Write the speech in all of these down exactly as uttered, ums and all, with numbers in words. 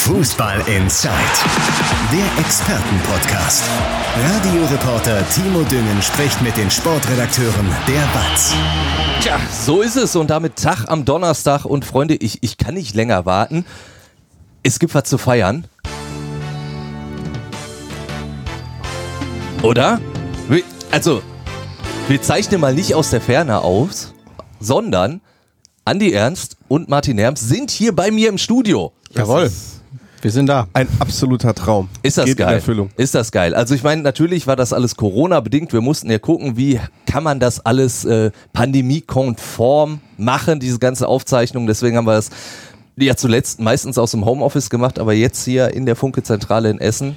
Fußball Inside, der Expertenpodcast. Radioreporter Timo Düngen spricht mit den Sportredakteuren der WAZ. Tja, so ist es und damit Tag am Donnerstag und Freunde, ich, ich kann nicht länger warten. Es gibt was zu feiern. Oder? Also, wir zeichnen mal nicht aus der Ferne aus, sondern Andi Ernst und Martin Herms sind hier bei mir im Studio. Jawohl. Wir sind da. Ein absoluter Traum. Ist das Geht geil? in Erfüllung. Ist das geil? Also ich meine, natürlich war das alles Corona-bedingt. Wir mussten ja gucken, wie kann man das alles äh, pandemiekonform machen, diese ganze Aufzeichnung. Deswegen haben wir das ja zuletzt meistens aus dem Homeoffice gemacht, aber jetzt hier in der Funke-Zentrale in Essen.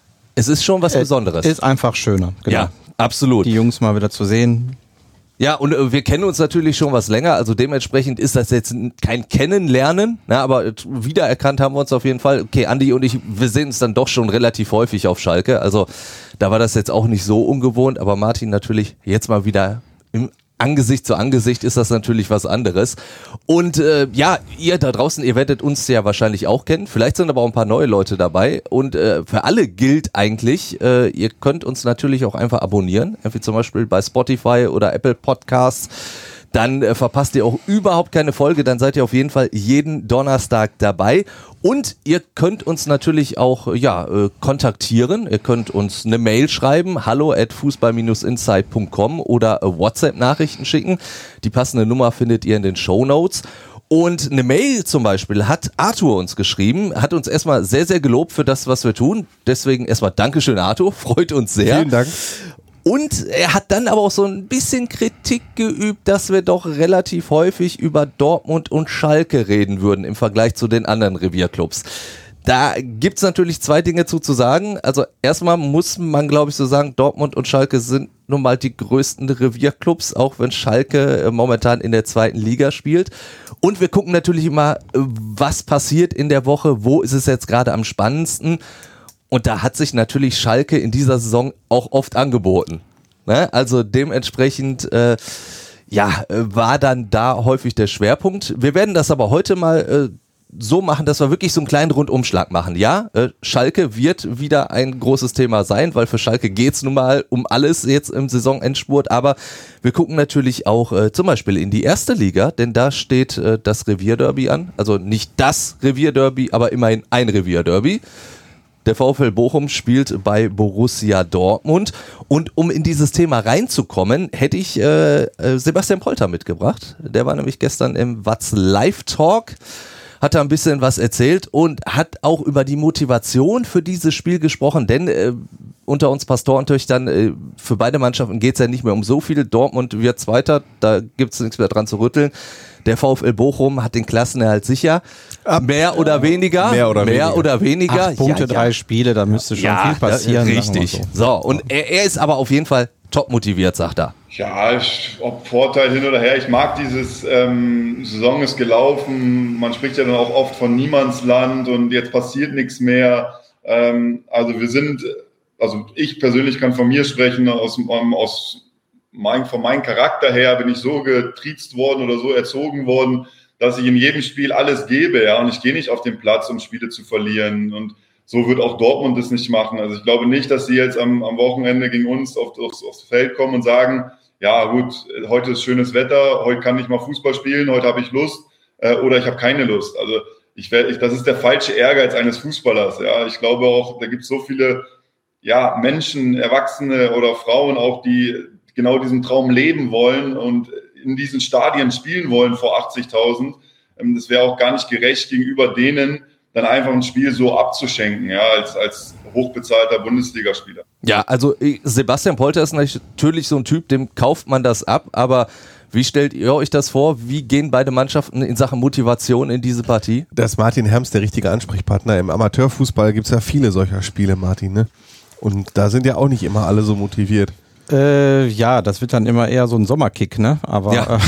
Es ist schon was es Besonderes. Ist einfach schöner. Genau. Ja, absolut. Die Jungs mal wieder zu sehen. Ja, und äh, wir kennen uns natürlich schon was länger, also dementsprechend ist das jetzt kein Kennenlernen, na, aber äh, wiedererkannt haben wir uns auf jeden Fall. Okay, Andi und ich, wir sehen uns dann doch schon relativ häufig auf Schalke, also da war das jetzt auch nicht so ungewohnt, aber Martin natürlich jetzt mal wieder im Angesicht zu Angesicht ist das natürlich was anderes. Und äh, ja, ihr da draußen, ihr werdet uns ja wahrscheinlich auch kennen. Vielleicht sind aber auch ein paar neue Leute dabei. Und äh, für alle gilt eigentlich, äh, ihr könnt uns natürlich auch einfach abonnieren. Wie zum Beispiel bei Spotify oder Apple Podcasts. Dann äh, verpasst ihr auch überhaupt keine Folge. Dann seid ihr auf jeden Fall jeden Donnerstag dabei. Und ihr könnt uns natürlich auch ja äh, kontaktieren. Ihr könnt uns eine Mail schreiben, hallo at fußball Bindestrich inside punkt com oder äh, WhatsApp-Nachrichten schicken. Die passende Nummer findet ihr in den Shownotes. Und eine Mail zum Beispiel hat Arthur uns geschrieben, hat uns erstmal sehr, sehr gelobt für das, was wir tun. Deswegen erstmal Dankeschön, Arthur, freut uns sehr. Vielen Dank. Und er hat dann aber auch so ein bisschen Kritik geübt, dass wir doch relativ häufig über Dortmund und Schalke reden würden im Vergleich zu den anderen Revierclubs. Da gibt's natürlich zwei Dinge zu, zu sagen. Also erstmal muss man, glaube ich, so sagen, Dortmund und Schalke sind nun mal die größten Revierclubs, auch wenn Schalke momentan in der zweiten Liga spielt. Und wir gucken natürlich immer, was passiert in der Woche, wo ist es jetzt gerade am spannendsten. Und da hat sich natürlich Schalke in dieser Saison auch oft angeboten. Ne? Also dementsprechend äh, ja, war dann da häufig der Schwerpunkt. Wir werden das aber heute mal äh, so machen, dass wir wirklich so einen kleinen Rundumschlag machen. Ja, äh, Schalke wird wieder ein großes Thema sein, weil für Schalke geht's nun mal um alles jetzt im Saisonendspurt. Aber wir gucken natürlich auch äh, zum Beispiel in die erste Liga, denn da steht äh, das Revierderby an. Also nicht das Revierderby, aber immerhin ein Revierderby. Der VfL Bochum spielt bei Borussia Dortmund und um in dieses Thema reinzukommen, hätte ich äh, Sebastian Polter mitgebracht. Der war nämlich gestern im WAZ Live Talk, hat da ein bisschen was erzählt und hat auch über die Motivation für dieses Spiel gesprochen, denn äh, unter uns Pastorentöchtern, äh, für beide Mannschaften geht es ja nicht mehr um so viel. Dortmund wird Zweiter, da gibt es nichts mehr dran zu rütteln. Der VfL Bochum hat den Klassenerhalt sicher. Ab, mehr oder weniger. Mehr oder mehr weniger. Oder weniger. Acht Punkte, ja, ja. drei Spiele, da müsste schon ja, viel passieren. Ja, richtig. So. so, und er, er ist aber auf jeden Fall top motiviert, sagt er. Ja, ich, ob Vorteil hin oder her, ich mag dieses ähm, Saison ist gelaufen, man spricht ja dann auch oft von Niemandsland und jetzt passiert nichts mehr. Ähm, also wir sind, also ich persönlich kann von mir sprechen, aus, um, aus mein, von meinem Charakter her bin ich so getriezt worden oder so erzogen worden, dass ich in jedem Spiel alles gebe, ja, und ich gehe nicht auf den Platz, um Spiele zu verlieren und so wird auch Dortmund das nicht machen. Also ich glaube nicht, dass sie jetzt am, am Wochenende gegen uns auf, aufs, aufs Feld kommen und sagen, ja gut, heute ist schönes Wetter, heute kann ich mal Fußball spielen, heute habe ich Lust äh, oder ich habe keine Lust. Also ich, ich, das ist der falsche Ehrgeiz eines Fußballers. Ja. Ich glaube auch, da gibt es so viele ja, Menschen, Erwachsene oder Frauen auch, die genau diesen Traum leben wollen und in diesen Stadien spielen wollen vor achtzigtausend. Ähm, das wäre auch gar nicht gerecht gegenüber denen, dann einfach ein Spiel so abzuschenken, ja, als, als hochbezahlter Bundesligaspieler. Ja, also Sebastian Polter ist natürlich so ein Typ, dem kauft man das ab, aber wie stellt ihr euch das vor? Wie gehen beide Mannschaften in Sachen Motivation in diese Partie? Da ist Martin Herms der richtige Ansprechpartner. Im Amateurfußball gibt es ja viele solcher Spiele, Martin, ne? Und da sind ja auch nicht immer alle so motiviert. Äh, ja, das wird dann immer eher so ein Sommerkick, ne? Aber ja.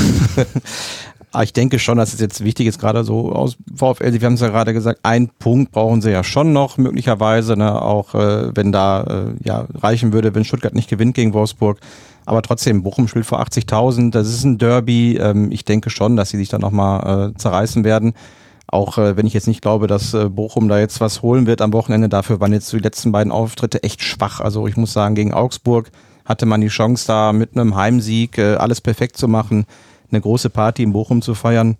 äh, ich denke schon, dass es jetzt wichtig ist, gerade so aus VfL, wir haben es ja gerade gesagt, ein Punkt brauchen sie ja schon noch, möglicherweise, ne? Auch äh, wenn da äh, ja reichen würde, wenn Stuttgart nicht gewinnt gegen Wolfsburg. Aber trotzdem, Bochum spielt vor achtzigtausend, das ist ein Derby. Ähm, ich denke schon, dass sie sich da nochmal äh, zerreißen werden. Auch äh, wenn ich jetzt nicht glaube, dass äh, Bochum da jetzt was holen wird am Wochenende, dafür waren jetzt die letzten beiden Auftritte echt schwach. Also ich muss sagen, gegen Augsburg hatte man die Chance, da mit einem Heimsieg äh, alles perfekt zu machen, eine große Party in Bochum zu feiern.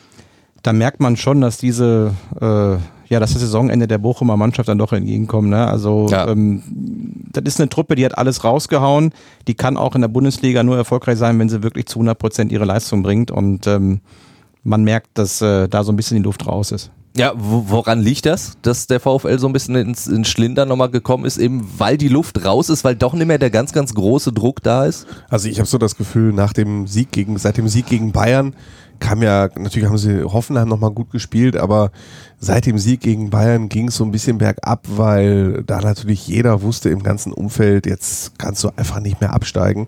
Da merkt man schon, dass diese, äh, ja, dass das Saisonende der Bochumer Mannschaft dann doch entgegenkommt. Ne? Also ja. ähm, das ist eine Truppe, die hat alles rausgehauen. Die kann auch in der Bundesliga nur erfolgreich sein, wenn sie wirklich zu hundert Prozent ihre Leistung bringt. Und ähm, man merkt, dass äh, da so ein bisschen die Luft raus ist. Ja, woran liegt das, dass der VfL so ein bisschen ins, ins Schlindern nochmal gekommen ist, eben weil die Luft raus ist, weil doch nicht mehr der ganz, ganz große Druck da ist? Also ich habe so das Gefühl, nach dem Sieg gegen, seit dem Sieg gegen Bayern kam ja, natürlich haben sie Hoffenheim nochmal gut gespielt, aber seit dem Sieg gegen Bayern ging es so ein bisschen bergab, weil da natürlich jeder wusste im ganzen Umfeld, jetzt kannst du einfach nicht mehr absteigen.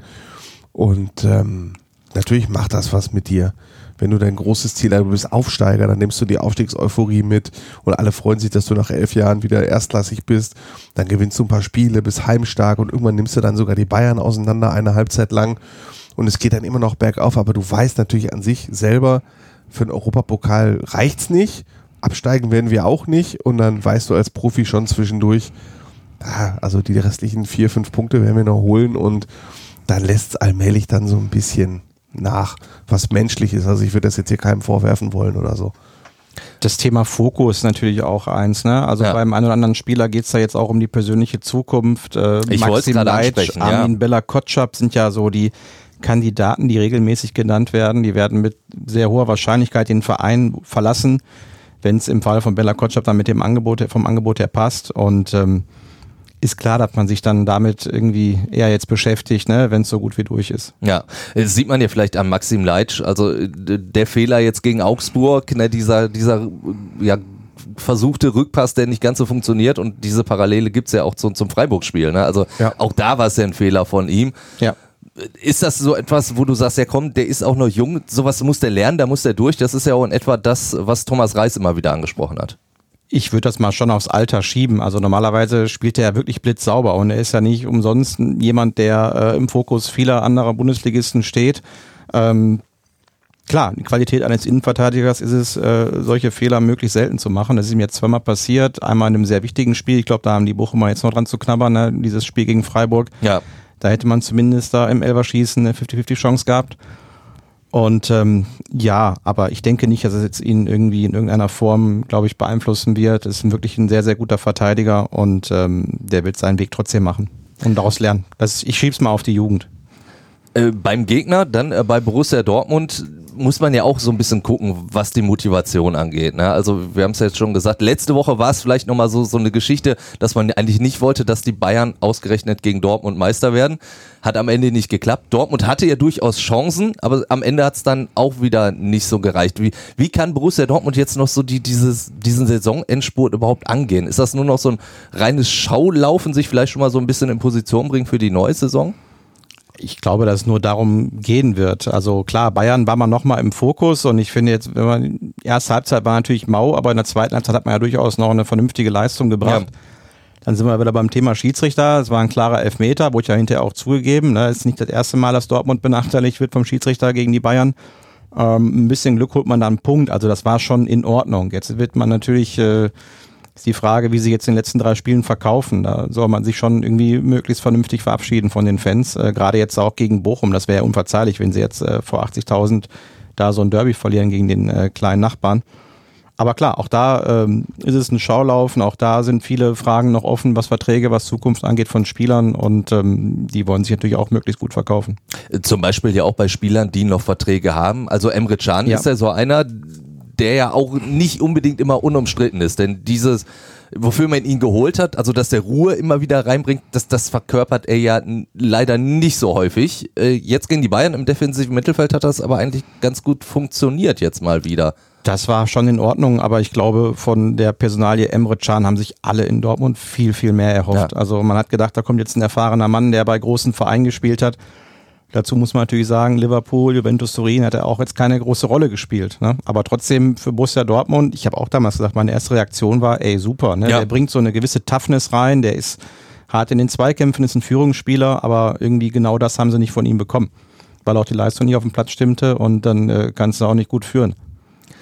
Und ähm, natürlich macht das was mit dir. Wenn du dein großes Ziel hast, du bist Aufsteiger, dann nimmst du die Aufstiegseuphorie mit und alle freuen sich, dass du nach elf Jahren wieder erstklassig bist. Dann gewinnst du ein paar Spiele, bist heimstark und irgendwann nimmst du dann sogar die Bayern auseinander eine Halbzeit lang und es geht dann immer noch bergauf, aber du weißt natürlich an sich selber, für den Europapokal reicht's nicht, absteigen werden wir auch nicht und dann weißt du als Profi schon zwischendurch, also die restlichen vier, fünf Punkte werden wir noch holen und dann lässt es allmählich dann so ein bisschen nach, was menschlich ist. Also ich würde das jetzt hier keinem vorwerfen wollen oder so. Das Thema Fokus ist natürlich auch eins, ne? Also ja. beim einen oder anderen Spieler geht es da jetzt auch um die persönliche Zukunft. Äh, ich Maxim Leitsch, Armin ja. Bella-Kotschap sind ja so die Kandidaten, die regelmäßig genannt werden. Die werden mit sehr hoher Wahrscheinlichkeit den Verein verlassen, wenn es im Fall von Bella-Kotschap dann mit dem Angebot, vom Angebot her passt. Und ähm, ist klar, dass man sich dann damit irgendwie eher jetzt beschäftigt, ne, wenn es so gut wie durch ist. Ja, das sieht man ja vielleicht an Maxim Leitsch, also der Fehler jetzt gegen Augsburg, ne, dieser, dieser ja, versuchte Rückpass, der nicht ganz so funktioniert und diese Parallele gibt es ja auch zum, zum Freiburg-Spiel, ne? Also ja. auch da war es ja ein Fehler von ihm. Ja. Ist das so etwas, wo du sagst, ja komm, der ist auch noch jung, sowas muss der lernen, da muss der durch, das ist ja auch in etwa das, was Thomas Reis immer wieder angesprochen hat. Ich würde das mal schon aufs Alter schieben. Also normalerweise spielt er ja wirklich blitzsauber und er ist ja nicht umsonst jemand, der äh, im Fokus vieler anderer Bundesligisten steht. Ähm, klar, die Qualität eines Innenverteidigers ist es, äh, solche Fehler möglichst selten zu machen. Das ist ihm jetzt zweimal passiert. Einmal in einem sehr wichtigen Spiel. Ich glaube, da haben die Bochumer jetzt noch dran zu knabbern, ne? Dieses Spiel gegen Freiburg. Ja. Da hätte man zumindest da im Elferschießen eine fünfzig fünfzig Chance gehabt. Und ähm, ja, aber ich denke nicht, dass es jetzt ihn irgendwie in irgendeiner Form, glaube ich, beeinflussen wird. Es ist wirklich ein sehr, sehr guter Verteidiger und ähm, der wird seinen Weg trotzdem machen und daraus lernen. Das, ich schieb's mal auf die Jugend. Äh, beim Gegner, dann äh, bei Borussia Dortmund, muss man ja auch so ein bisschen gucken, was die Motivation angeht. Ne? Also wir haben es ja jetzt schon gesagt, letzte Woche war es vielleicht nochmal so, so eine Geschichte, dass man eigentlich nicht wollte, dass die Bayern ausgerechnet gegen Dortmund Meister werden. Hat am Ende nicht geklappt. Dortmund hatte ja durchaus Chancen, aber am Ende hat es dann auch wieder nicht so gereicht. Wie, wie kann Borussia Dortmund jetzt noch so die, dieses, diesen Saisonendspurt überhaupt angehen? Ist das nur noch so ein reines Schaulaufen, sich vielleicht schon mal so ein bisschen in Position bringen für die neue Saison? Ich glaube, dass es nur darum gehen wird. Also klar, Bayern war man nochmal im Fokus und ich finde jetzt, wenn man, die erste Halbzeit war natürlich mau, aber in der zweiten Halbzeit hat man ja durchaus noch eine vernünftige Leistung gebracht. Ja. Dann sind wir wieder beim Thema Schiedsrichter. Es war ein klarer Elfmeter, wurde ja hinterher auch zugegeben. Es ist nicht das erste Mal, dass Dortmund benachteiligt wird vom Schiedsrichter gegen die Bayern. Ähm, ein bisschen Glück holt man da einen Punkt. Also das war schon in Ordnung. Jetzt wird man natürlich... Äh, ist die Frage, wie sie jetzt in den letzten drei Spielen verkaufen. Da soll man sich schon irgendwie möglichst vernünftig verabschieden von den Fans. Äh, gerade jetzt auch gegen Bochum. Das wäre ja unverzeihlich, wenn sie jetzt äh, vor achtzigtausend da so ein Derby verlieren gegen den äh, kleinen Nachbarn. Aber klar, auch da ähm, ist es ein Schaulaufen. Auch da sind viele Fragen noch offen, was Verträge, was Zukunft angeht von Spielern. Und ähm, die wollen sich natürlich auch möglichst gut verkaufen. Zum Beispiel ja auch bei Spielern, die noch Verträge haben. Also Emre Can ja. ist ja so einer, der ja auch nicht unbedingt immer unumstritten ist, denn dieses, wofür man ihn geholt hat, also dass der Ruhe immer wieder reinbringt, das, das verkörpert er ja n- leider nicht so häufig. Äh, jetzt gegen die Bayern im defensiven Mittelfeld hat das aber eigentlich ganz gut funktioniert jetzt mal wieder. Das war schon in Ordnung, aber ich glaube, von der Personalie Emre Can haben sich alle in Dortmund viel, viel mehr erhofft. Ja. Also man hat gedacht, da kommt jetzt ein erfahrener Mann, der bei großen Vereinen gespielt hat. Dazu muss man natürlich sagen, Liverpool, Juventus Turin hat er auch jetzt keine große Rolle gespielt. Ne? Aber trotzdem für Borussia Dortmund, ich habe auch damals gesagt, meine erste Reaktion war, ey super, ne? Ja. Der bringt so eine gewisse Toughness rein, der ist hart in den Zweikämpfen, ist ein Führungsspieler, aber irgendwie genau das haben sie nicht von ihm bekommen, weil auch die Leistung nicht auf dem Platz stimmte und dann äh, kannst du auch nicht gut führen.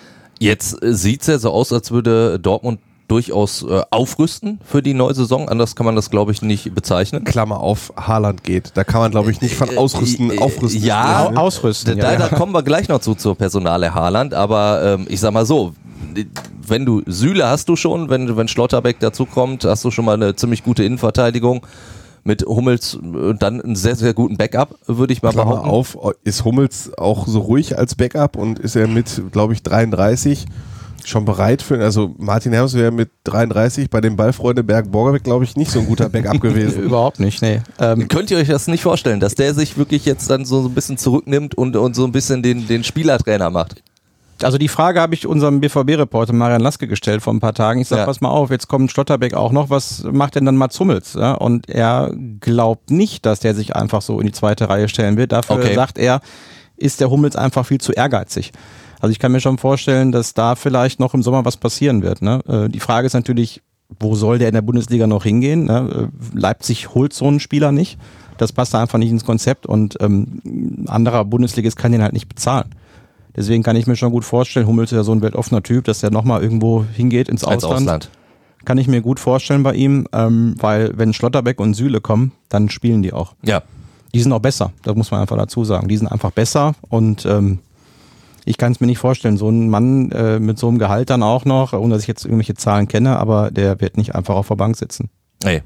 Jetzt äh, sieht es ja so aus, als würde Dortmund durchaus äh, aufrüsten für die neue Saison. Anders kann man das, glaube ich, nicht bezeichnen. Klammer auf, Haaland geht. Da kann man, glaube ich, nicht von ausrüsten, äh, äh, aufrüsten. Ja, sprechen, ne? ausrüsten. Da, Ja, da ja. kommen wir gleich noch zu zur Personale Haaland, aber ähm, ich sag mal so, wenn du Süle hast du schon, wenn, wenn Schlotterbeck dazukommt, hast du schon mal eine ziemlich gute Innenverteidigung. Mit Hummels äh, dann einen sehr, sehr guten Backup, würde ich mal Klammer behaupten. auf, ist Hummels auch so ruhig als Backup und ist er mit, glaube ich, dreiunddreißig schon bereit für, also Martin Herms wäre mit dreiunddreißig bei dem Ballfreunde Berg Borgerbeck, glaube ich, nicht so ein guter Backup gewesen. Überhaupt nicht, nee. Ähm, Könnt ihr euch das nicht vorstellen, dass der sich wirklich jetzt dann so ein bisschen zurücknimmt und, und so ein bisschen den, den Spielertrainer macht? Also die Frage habe ich unserem B V B-Reporter Marian Laske gestellt vor ein paar Tagen. Ich sage, Ja. pass mal auf, jetzt kommt Schlotterbeck auch noch, was macht denn dann Mats Hummels? Ja? Und er glaubt nicht, dass der sich einfach so in die zweite Reihe stellen wird. Dafür Okay. sagt er, ist der Hummels einfach viel zu ehrgeizig. Also ich kann mir schon vorstellen, dass da vielleicht noch im Sommer was passieren wird. Ne? Äh, die Frage ist natürlich, wo soll der in der Bundesliga noch hingehen? Ne? Äh, Leipzig holt so einen Spieler nicht. Das passt da einfach nicht ins Konzept und ähm, ein anderer Bundesligist kann den halt nicht bezahlen. Deswegen kann ich mir schon gut vorstellen, Hummels ist ja so ein weltoffener Typ, dass der nochmal irgendwo hingeht ins Als Ausland. Ausland. Kann ich mir gut vorstellen bei ihm, ähm, weil wenn Schlotterbeck und Süle kommen, dann spielen die auch. Ja. Die sind auch besser, das muss man einfach dazu sagen. Die sind einfach besser und ähm, ich kann es mir nicht vorstellen, so ein Mann äh, mit so einem Gehalt dann auch noch, ohne dass ich jetzt irgendwelche Zahlen kenne, aber der wird nicht einfach auf der Bank sitzen. Nee.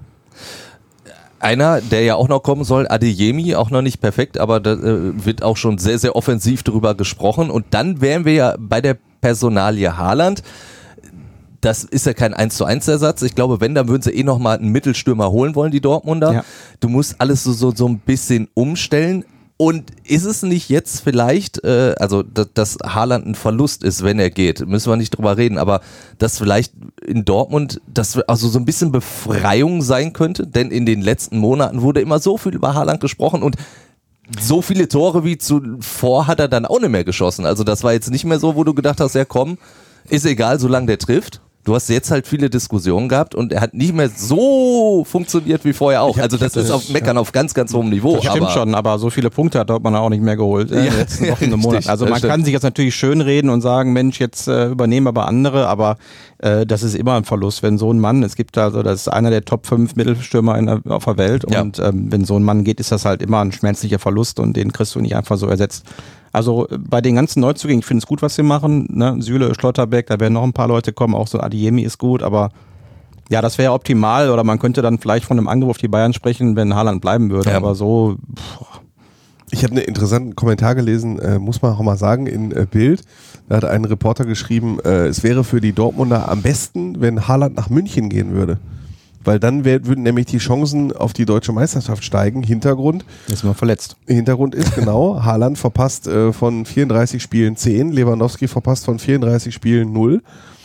Einer, der ja auch noch kommen soll, Adeyemi, auch noch nicht perfekt, aber da äh, wird auch schon sehr, sehr offensiv drüber gesprochen. Und dann wären wir ja bei der Personalie Haaland. Das ist ja kein eins zu eins Ersatz. Ich glaube, wenn, dann würden sie eh nochmal einen Mittelstürmer holen wollen, die Dortmunder. Ja. Du musst alles so, so, so ein bisschen umstellen. Und ist es nicht jetzt vielleicht, äh, also dass, dass Haaland ein Verlust ist, wenn er geht, müssen wir nicht drüber reden, aber dass vielleicht in Dortmund das also so ein bisschen Befreiung sein könnte, denn in den letzten Monaten wurde immer so viel über Haaland gesprochen und so viele Tore wie zuvor hat er dann auch nicht mehr geschossen. Also das war jetzt nicht mehr so, wo du gedacht hast, ja komm, ist egal, solange der trifft. Du hast jetzt halt viele Diskussionen gehabt und er hat nicht mehr so funktioniert wie vorher auch. Ich hab- Also das ich hab ist das- auf Meckern auf ganz, ganz hohem Niveau. Das stimmt aber schon, aber so viele Punkte hat Dortmund auch nicht mehr geholt in Ja, den letzten ja, Wochen und richtig, Monaten. Also das man stimmt. kann sich jetzt natürlich schönreden und sagen, Mensch, jetzt äh, übernehmen aber andere, aber äh, das ist immer ein Verlust, wenn so ein Mann, es gibt also, das ist einer der Top fünf Mittelstürmer in der, auf der Welt Ja. und ähm, wenn so ein Mann geht, ist das halt immer ein schmerzlicher Verlust und den kriegst du nicht einfach so ersetzt. Also äh, bei den ganzen Neuzugängen, ich finde es gut, was sie machen, ne? Süle, Schlotterbeck, da werden noch ein paar Leute kommen, auch so Adeyemi ist gut, aber ja, das wäre optimal oder man könnte dann vielleicht von einem Angriff auf die Bayern sprechen, wenn Haaland bleiben würde, Ja. aber so pff, Ich habe einen interessanten Kommentar gelesen, äh, muss man auch mal sagen, in äh, Bild. Da hat ein Reporter geschrieben, äh, es wäre für die Dortmunder am besten, wenn Haaland nach München gehen würde. Weil dann wär, würden nämlich die Chancen auf die deutsche Meisterschaft steigen. Hintergrund, ist man verletzt. Hintergrund ist genau, Haaland verpasst äh, von vierunddreißig Spielen zehn, Lewandowski verpasst von vierunddreißig Spielen null.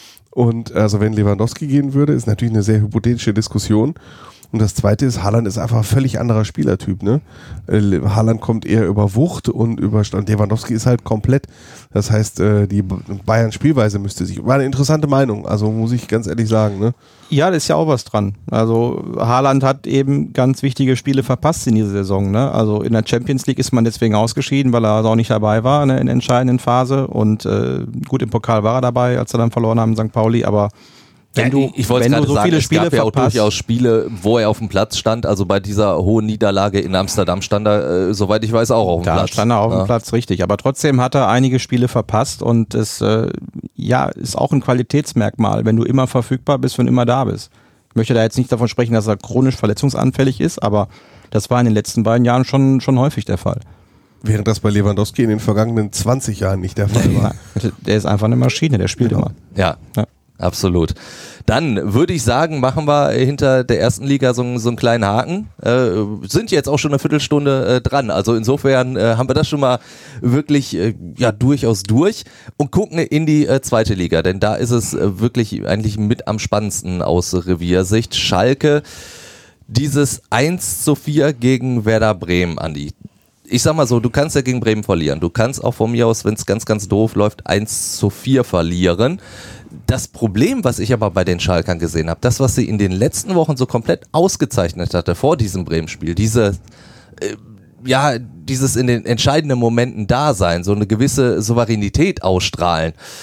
Und also wenn Lewandowski gehen würde, ist natürlich eine sehr hypothetische Diskussion. Und das Zweite ist, Haaland ist einfach ein völlig anderer Spielertyp. Ne? Äh, Haaland kommt eher über Wucht und über Stand. Lewandowski ist halt komplett. Das heißt, äh, die Bayern Spielweise müsste sich. War eine interessante Meinung, also muss ich ganz ehrlich sagen. Ne? Ja, da ist ja auch was dran. Also Haaland hat eben ganz wichtige Spiele verpasst in dieser Saison. Ne? Also in der Champions League ist man deswegen ausgeschieden, weil er also auch nicht dabei war ne, in der entscheidenden Phase. Und äh, gut, im Pokal war er dabei, als er dann verloren haben in Sankt Pauli, aber wenn du, ich wollte wenn gerade du so sagen, viele es Spiele gab ja auch verpasst, durchaus Spiele, wo er auf dem Platz stand. Also bei dieser hohen Niederlage in Amsterdam stand er, äh, soweit ich weiß, auch auf dem da Platz. stand er auf Ja. dem Platz, richtig. Aber trotzdem hat er einige Spiele verpasst und es äh, ja, ist auch ein Qualitätsmerkmal, wenn du immer verfügbar bist und immer da bist. Ich möchte da jetzt nicht davon sprechen, dass er chronisch verletzungsanfällig ist, aber das war in den letzten beiden Jahren schon, schon häufig der Fall. Während das bei Lewandowski in den vergangenen zwanzig Jahren nicht der Fall war. Der ist einfach eine Maschine, der spielt Genau. immer. Ja, Ja. absolut. Dann würde ich sagen, machen wir hinter der ersten Liga so, so einen kleinen Haken. Äh, sind jetzt auch schon eine Viertelstunde äh, dran. Also insofern äh, haben wir das schon mal wirklich äh, ja durchaus durch und gucken in die äh, zweite Liga. Denn da ist es äh, wirklich eigentlich mit am spannendsten aus Reviersicht. Schalke, dieses eins zu vier gegen Werder Bremen, Andi. Ich sag mal so, du kannst ja gegen Bremen verlieren. Du kannst auch von mir aus, wenn es ganz, ganz doof läuft, eins zu vier verlieren. Das Problem, was ich aber bei den Schalkern gesehen habe, das, was sie in den letzten Wochen so komplett ausgezeichnet hatte vor diesem Bremen-Spiel, diese, äh, ja, dieses in den entscheidenden Momenten da sein, so eine gewisse Souveränität ausstrahlen,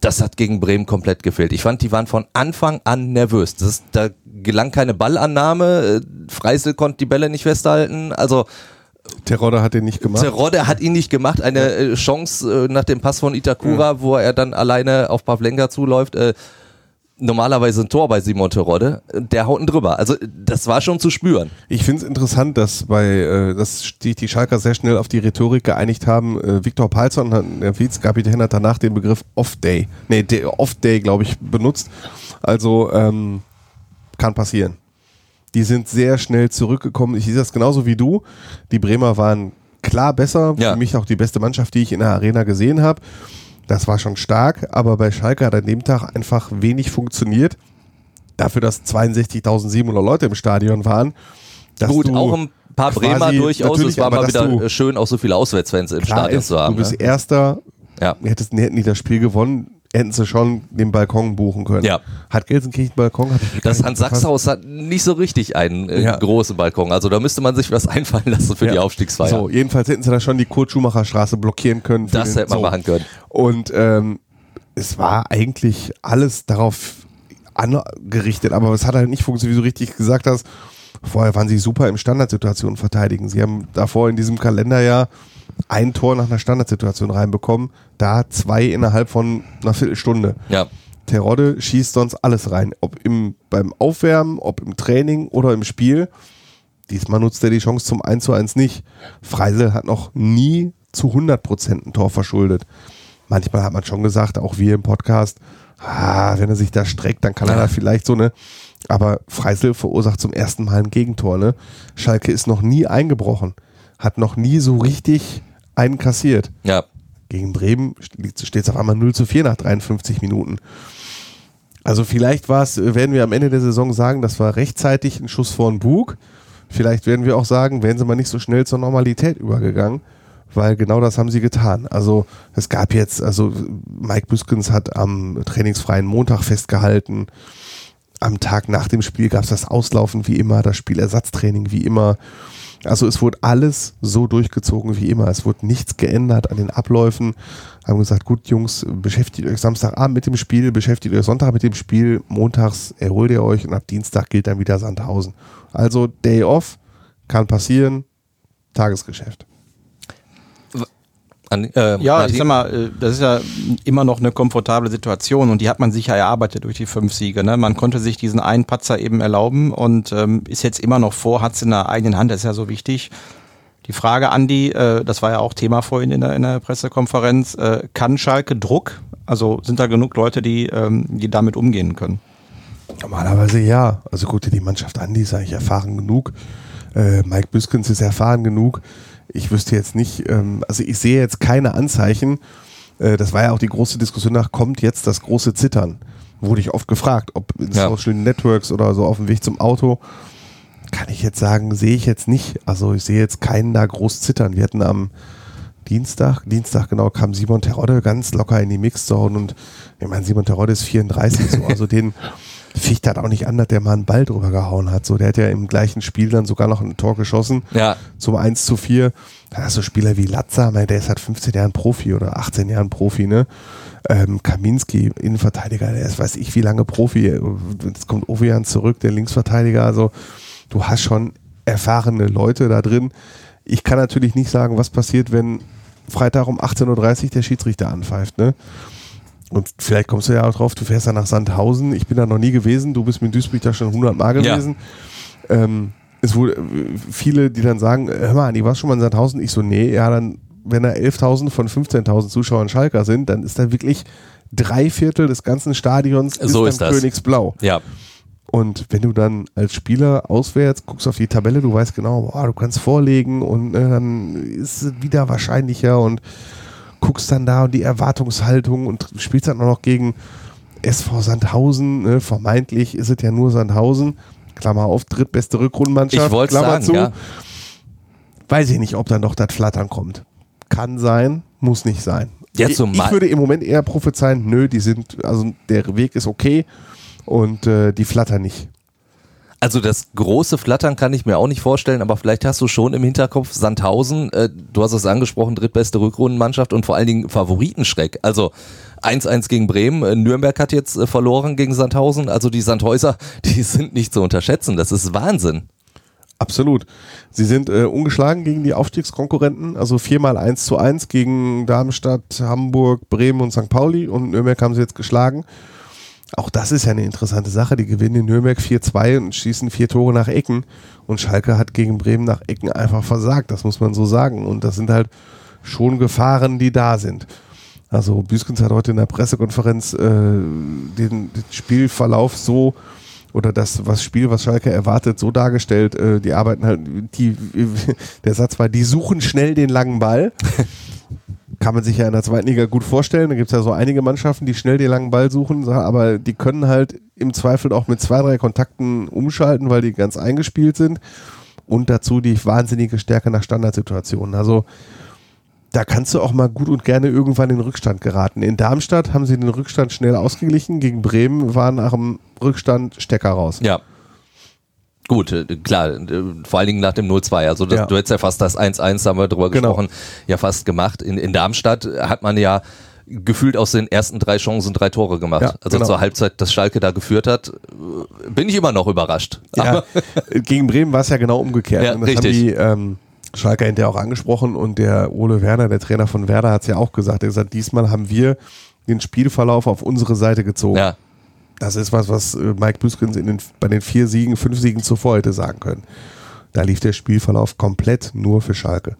das hat gegen Bremen komplett gefehlt. Ich fand, die waren von Anfang an nervös. Das ist, da gelang keine Ballannahme, Freisel konnte die Bälle nicht festhalten, also Terodde hat den nicht gemacht. Terodde hat ihn nicht gemacht, eine äh, Chance äh, nach dem Pass von Itakura, mhm. wo er dann alleine auf Pavlenka zuläuft, äh, normalerweise ein Tor bei Simon Terodde, der haut ihn drüber. Also das war schon zu spüren. Ich finde es interessant, dass bei äh, dass die, die Schalker sehr schnell auf die Rhetorik geeinigt haben. Äh, Viktor Palsson, der Vizekapitän, hat danach den Begriff Off-Day, nee, Off-Day, glaube ich, benutzt. Also ähm, kann passieren. Die sind sehr schnell zurückgekommen. Ich sehe das genauso wie du. Die Bremer waren klar besser. Ja. Für mich auch die beste Mannschaft, die ich in der Arena gesehen habe. Das war schon stark, aber bei Schalke hat an dem Tag einfach wenig funktioniert. Dafür, dass zweiundsechzigtausendsiebenhundert Leute im Stadion waren. Gut, auch ein paar Bremer durchaus. Es war mal wieder schön, auch so viele Auswärtsfans im Stadion ist, zu haben. Du bist ne? Erster. Ja. Hättest, hätten die das Spiel gewonnen, hätten sie schon den Balkon buchen können. Ja. Hat Gelsenkirchen Balkon? Hab ich das Hans-Sachs-Haus hat nicht so richtig einen äh, ja. großen Balkon. Also da müsste man sich was einfallen lassen für ja. die Aufstiegsfeier. So, jedenfalls hätten sie da schon die Kurt-Schumacher-Straße blockieren können. Das den, hätte man so. machen können. Und ähm, es war eigentlich alles darauf angerichtet, aber es hat halt nicht funktioniert, wie du richtig gesagt hast. Vorher waren sie super im Standardsituationen verteidigen. Sie haben davor in diesem Kalenderjahr ein Tor nach einer Standardsituation reinbekommen, da zwei innerhalb von einer Viertelstunde. Ja. Terodde schießt sonst alles rein, ob im, beim Aufwärmen, ob im Training oder im Spiel. Diesmal nutzt er die Chance zum eins zu eins nicht. Freisel hat noch nie zu hundert Prozent ein Tor verschuldet. Manchmal hat man schon gesagt, auch wir im Podcast, ah, wenn er sich da streckt, dann kann ja. er da vielleicht so, ne? Aber Freisel verursacht zum ersten Mal ein Gegentor, ne? Schalke ist noch nie eingebrochen, hat noch nie so richtig einen kassiert. Ja. Gegen Bremen steht es auf einmal null zu vier nach dreiundfünfzig Minuten. Also vielleicht war es, werden wir am Ende der Saison sagen, das war rechtzeitig ein Schuss vor den Bug. Vielleicht werden wir auch sagen, wären sie mal nicht so schnell zur Normalität übergegangen, weil genau das haben sie getan. Also es gab jetzt, also Mike Büskens hat am trainingsfreien Montag festgehalten, am Tag nach dem Spiel gab es das Auslaufen wie immer, das Spielersatztraining wie immer. Also es wurde alles so durchgezogen wie immer. Es wurde nichts geändert an den Abläufen. Haben gesagt, gut Jungs, beschäftigt euch Samstagabend mit dem Spiel, beschäftigt euch Sonntag mit dem Spiel, montags erholt ihr euch und ab Dienstag gilt dann wieder Sandhausen. Also Day off, kann passieren, Tagesgeschäft. An, äh, ja, Martin? Ich sag mal, das ist ja immer noch eine komfortable Situation und die hat man sich ja erarbeitet durch die fünf Siege. Ne? Man konnte sich diesen einen Patzer eben erlauben und ähm, ist jetzt immer noch vor, hat es in der eigenen Hand, das ist ja so wichtig. Die Frage, Andi, äh, das war ja auch Thema vorhin in der, in der Pressekonferenz, äh, kann Schalke Druck? Also sind da genug Leute, die, ähm, die damit umgehen können? Normalerweise ja. Also guck dir die Mannschaft an, die ist eigentlich erfahren genug. Äh, Mike Büskens ist erfahren genug. Ich wüsste jetzt nicht, ähm, also ich sehe jetzt keine Anzeichen, äh, das war ja auch die große Diskussion nach, kommt jetzt das große Zittern? Wurde ich oft gefragt, ob in ja. Social Networks oder so auf dem Weg zum Auto. Kann ich jetzt sagen, sehe ich jetzt nicht. Also ich sehe jetzt keinen da groß zittern. Wir hatten am Dienstag, Dienstag genau, kam Simon Terodde ganz locker in die Mixzone und ich meine, Simon Terodde ist vierunddreißig, so, also den Ficht hat auch nicht an, dass der mal einen Ball drüber gehauen hat. So, der hat ja im gleichen Spiel dann sogar noch ein Tor geschossen. Ja. Zum eins zu vier. Dann hast du Spieler wie Latza, der ist halt fünfzehn Jahren Profi oder achtzehn Jahren Profi, ne? Ähm, Kaminski, Innenverteidiger, der ist weiß ich wie lange Profi. Jetzt kommt Ovejan zurück, der Linksverteidiger. Also du hast schon erfahrene Leute da drin. Ich kann natürlich nicht sagen, was passiert, wenn Freitag um achtzehn Uhr dreißig der Schiedsrichter anpfeift, ne? Und vielleicht kommst du ja auch drauf, du fährst ja nach Sandhausen. Ich bin da noch nie gewesen. Du bist mit Duisburg da schon hundert Mal gewesen. Ja. Ähm, es wurde viele, die dann sagen, hör mal, Andi, warst schon mal in Sandhausen? Ich so, nee, ja, dann, wenn da elftausend von fünfzehntausend Zuschauern Schalker sind, dann ist da wirklich drei Viertel des ganzen Stadions ist so dann ist das. Königsblau. Ja. Und wenn du dann als Spieler auswärts guckst auf die Tabelle, du weißt genau, boah, du kannst vorlegen und ne, dann ist es wieder wahrscheinlicher und guckst dann da und die Erwartungshaltung und spielst dann auch noch gegen S V Sandhausen, ne? Vermeintlich ist es ja nur Sandhausen, Klammer auf, drittbeste Rückrundenmannschaft, ich wollte Klammer sagen, zu. Ja. Weiß ich nicht, ob dann noch das Flattern kommt. Kann sein, muss nicht sein. Ja, ich, ich würde im Moment eher prophezeien, nö, die sind, also der Weg ist okay und äh, die flattern nicht. Also das große Flattern kann ich mir auch nicht vorstellen, aber vielleicht hast du schon im Hinterkopf Sandhausen, äh, du hast es angesprochen, drittbeste Rückrundenmannschaft und vor allen Dingen Favoritenschreck. Also eins eins gegen Bremen. Nürnberg hat jetzt äh, verloren gegen Sandhausen. Also die Sandhäuser, die sind nicht zu unterschätzen. Das ist Wahnsinn. Absolut. Sie sind äh, ungeschlagen gegen die Aufstiegskonkurrenten, also viermal eins zu eins gegen Darmstadt, Hamburg, Bremen und Sankt Pauli, und Nürnberg haben sie jetzt geschlagen. Auch das ist ja eine interessante Sache. Die gewinnen in Nürnberg vier zwei und schießen vier Tore nach Ecken, und Schalke hat gegen Bremen nach Ecken einfach versagt, das muss man so sagen, und das sind halt schon Gefahren, die da sind. Also Büskens hat heute in der Pressekonferenz äh, den, den Spielverlauf so, oder das was Spiel, was Schalke erwartet, so dargestellt, äh, die arbeiten halt, die, der Satz war, die suchen schnell den langen Ball. Kann man sich ja in der zweiten Liga gut vorstellen. Da gibt es ja so einige Mannschaften, die schnell den langen Ball suchen, aber die können halt im Zweifel auch mit zwei, drei Kontakten umschalten, weil die ganz eingespielt sind, und dazu die wahnsinnige Stärke nach Standardsituationen. Also da kannst du auch mal gut und gerne irgendwann in den Rückstand geraten. In Darmstadt haben sie den Rückstand schnell ausgeglichen. Gegen Bremen war nach dem Rückstand Stecker raus. Ja. Gut, äh, klar, äh, vor allen Dingen nach dem null zwei. Also das, Ja. du hättest ja fast das eins eins, da haben wir drüber Genau. gesprochen, ja fast gemacht. In, in Darmstadt hat man ja gefühlt aus den ersten drei Chancen drei Tore gemacht. Ja, also genau. zur Halbzeit, dass Schalke da geführt hat, äh, bin ich immer noch überrascht. Ja, gegen Bremen war es ja genau umgekehrt. Ja, und das richtig. haben die ähm, Schalker hinterher auch angesprochen, und der Ole Werner, der Trainer von Werder, hat es ja auch gesagt. Er hat gesagt, diesmal haben wir den Spielverlauf auf unsere Seite gezogen. Ja. Das ist was, was äh, Mike Büskens in den, bei den vier Siegen, fünf Siegen zuvor hätte sagen können. Da lief der Spielverlauf komplett nur für Schalke.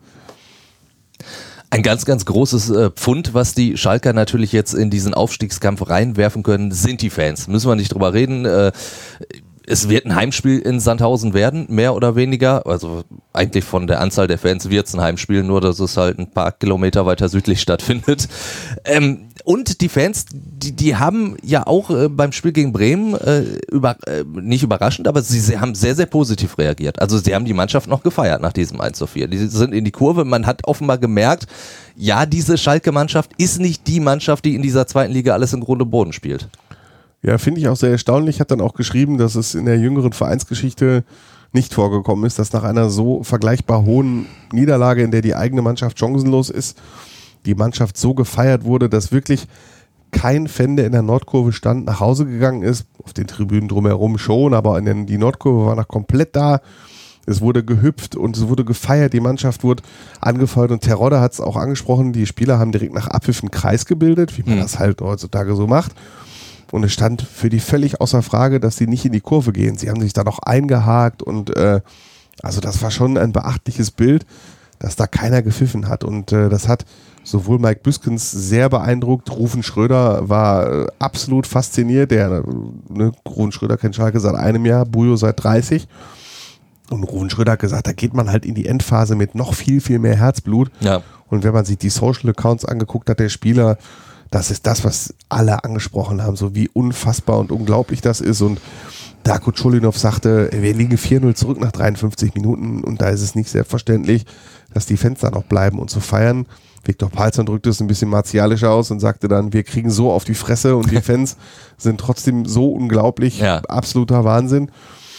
Ein ganz, ganz großes äh, Pfund, was die Schalker natürlich jetzt in diesen Aufstiegskampf reinwerfen können, sind die Fans. Müssen wir nicht drüber reden. Äh, es wird ein Heimspiel in Sandhausen werden, mehr oder weniger. Also eigentlich von der Anzahl der Fans wird es ein Heimspiel, nur dass es halt ein paar Kilometer weiter südlich stattfindet. Ähm, und die Fans, die, die haben ja auch äh, beim Spiel gegen Bremen, äh, über, äh, nicht überraschend, aber sie, sie haben sehr, sehr positiv reagiert. Also sie haben die Mannschaft noch gefeiert nach diesem eins zu vier. Die sind in die Kurve, man hat offenbar gemerkt, ja, diese Schalke-Mannschaft ist nicht die Mannschaft, die in dieser zweiten Liga alles im Grunde Boden spielt. Ja, finde ich auch sehr erstaunlich. Hat dann auch geschrieben, dass es in der jüngeren Vereinsgeschichte nicht vorgekommen ist, dass nach einer so vergleichbar hohen Niederlage, in der die eigene Mannschaft chancenlos ist, die Mannschaft so gefeiert wurde, dass wirklich kein Fan, der in der Nordkurve stand, nach Hause gegangen ist. Auf den Tribünen drumherum schon, aber in den, die Nordkurve war noch komplett da. Es wurde gehüpft und es wurde gefeiert. Die Mannschaft wurde angefeuert, und Terodde hat es auch angesprochen. Die Spieler haben direkt nach Abpfiff einen Kreis gebildet, wie man mhm. das halt heutzutage so macht. Und es stand für die völlig außer Frage, dass sie nicht in die Kurve gehen. Sie haben sich da noch eingehakt, und äh, also das war schon ein beachtliches Bild, dass da keiner gepfiffen hat. Und äh, das hat sowohl Mike Büskens sehr beeindruckt, Rufen Schröder war äh, absolut fasziniert. Der, ne, Rufen Schröder kennt Schalke seit einem Jahr, Bujo seit dreißig. Und Rufen Schröder hat gesagt, da geht man halt in die Endphase mit noch viel, viel mehr Herzblut. Ja. Und wenn man sich die Social Accounts angeguckt hat, der Spieler, das ist das, was alle angesprochen haben, so wie unfassbar und unglaublich das ist. Und Darko Čolinov sagte, wir liegen vier null zurück nach dreiundfünfzig Minuten, und da ist es nicht selbstverständlich, dass die Fans da noch bleiben und zu feiern. Viktor Palzern drückte es ein bisschen martialischer aus und sagte dann, wir kriegen so auf die Fresse, und die Fans sind trotzdem so unglaublich, ja. Absoluter Wahnsinn.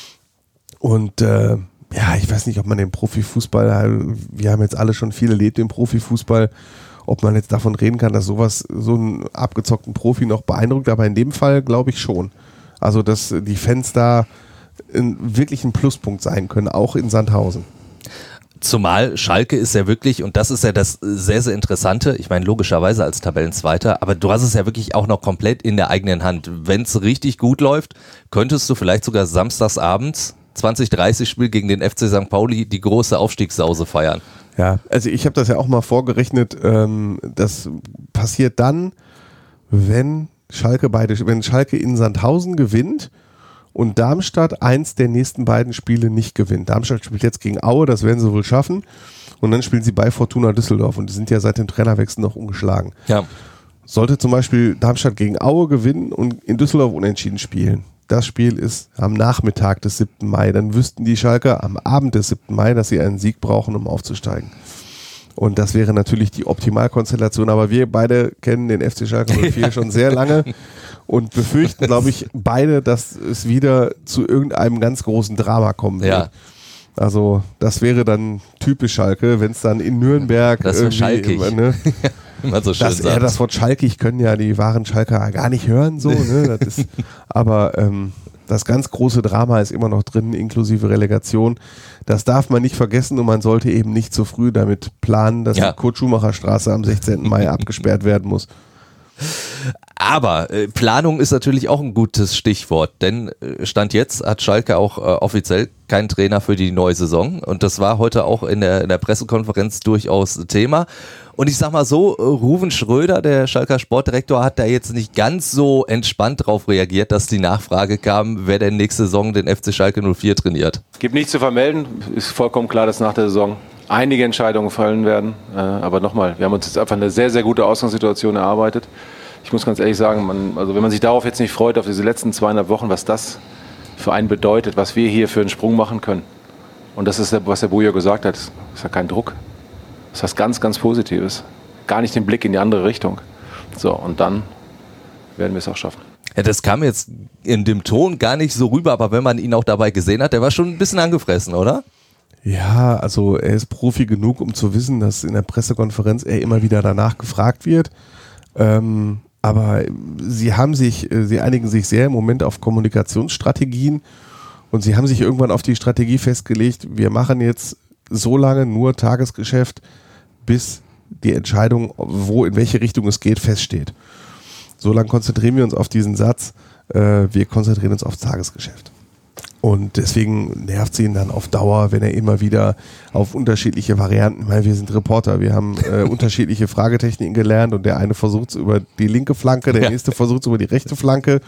Und äh, ja, ich weiß nicht, ob man den Profifußball, wir haben jetzt alle schon viel erlebt im Profifußball, ob man jetzt davon reden kann, dass sowas, so einen abgezockten Profi noch beeindruckt, aber in dem Fall glaube ich schon. Also, dass die Fans da in, wirklich ein Pluspunkt sein können, auch in Sandhausen. Zumal Schalke ist ja wirklich, und das ist ja das sehr, sehr Interessante, ich meine logischerweise als Tabellenzweiter, aber du hast es ja wirklich auch noch komplett in der eigenen Hand. Wenn es richtig gut läuft, könntest du vielleicht sogar samstagsabends zwanzig dreißig Spiel gegen den F C Sankt Pauli die große Aufstiegssause feiern. Ja, also ich habe das ja auch mal vorgerechnet, ähm, das passiert dann, wenn Schalke beide, wenn Schalke in Sandhausen gewinnt und Darmstadt eins der nächsten beiden Spiele nicht gewinnt. Darmstadt spielt jetzt gegen Aue, das werden sie wohl schaffen, und dann spielen sie bei Fortuna Düsseldorf, und die sind ja seit dem Trainerwechsel noch ungeschlagen. Ja. Sollte zum Beispiel Darmstadt gegen Aue gewinnen und in Düsseldorf unentschieden spielen, das Spiel ist am Nachmittag des siebten Mai, dann wüssten die Schalker am Abend des siebten Mai, dass sie einen Sieg brauchen, um aufzusteigen. Und das wäre natürlich die Optimalkonstellation, aber wir beide kennen den F C Schalke null vier schon sehr lange und befürchten, glaube ich, beide, dass es wieder zu irgendeinem ganz großen Drama kommen wird. Ja. Also das wäre dann typisch Schalke, wenn es dann in Nürnberg das irgendwie schalkig. immer, ne? wie man so schön das, sagt. Ja, das Wort schalkig können ja die wahren Schalker gar nicht hören, so, ne? Das ist, aber ähm, das ganz große Drama ist immer noch drin, inklusive Relegation. Das darf man nicht vergessen und man sollte eben nicht zu früh damit planen, dass ja. die Kurt-Schumacher-Straße am sechzehnten Mai abgesperrt werden muss. Aber äh, Planung ist natürlich auch ein gutes Stichwort, denn äh, Stand jetzt hat Schalke auch äh, offiziell keinen Trainer für die neue Saison und das war heute auch in der, in der Pressekonferenz durchaus Thema. Und ich sag mal so, äh, Ruven Schröder, der Schalker Sportdirektor, hat da jetzt nicht ganz so entspannt drauf reagiert, dass die Nachfrage kam, wer denn nächste Saison den F C Schalke null vier trainiert. Gibt nichts zu vermelden, ist vollkommen klar, dass nach der Saison einige Entscheidungen fallen werden. Äh, aber nochmal, wir haben uns jetzt einfach eine sehr, sehr gute Ausgangssituation erarbeitet. Ich muss ganz ehrlich sagen, man, also wenn man sich darauf jetzt nicht freut, auf diese letzten zweieinhalb Wochen, was das für einen bedeutet, was wir hier für einen Sprung machen können. Und das ist, was der Bujo gesagt hat, ist ja kein Druck. Das ist was ganz, ganz Positives. Gar nicht den Blick in die andere Richtung. So, und dann werden wir es auch schaffen. Ja, das kam jetzt in dem Ton gar nicht so rüber, aber wenn man ihn auch dabei gesehen hat, der war schon ein bisschen angefressen, oder? Ja, also er ist Profi genug, um zu wissen, dass in der Pressekonferenz er immer wieder danach gefragt wird. Ähm, aber sie haben sich, sie einigen sich sehr im Moment auf Kommunikationsstrategien und sie haben sich irgendwann auf die Strategie festgelegt, wir machen jetzt so lange nur Tagesgeschäft, bis die Entscheidung, wo, in welche Richtung es geht, feststeht. So lange konzentrieren wir uns auf diesen Satz, äh, wir konzentrieren uns aufs Tagesgeschäft. Und deswegen nervt sie ihn dann auf Dauer, wenn er immer wieder auf unterschiedliche Varianten, ich meine, wir sind Reporter, wir haben äh, unterschiedliche Fragetechniken gelernt und der eine versucht es über die linke Flanke, der ja. nächste versucht es über die rechte Flanke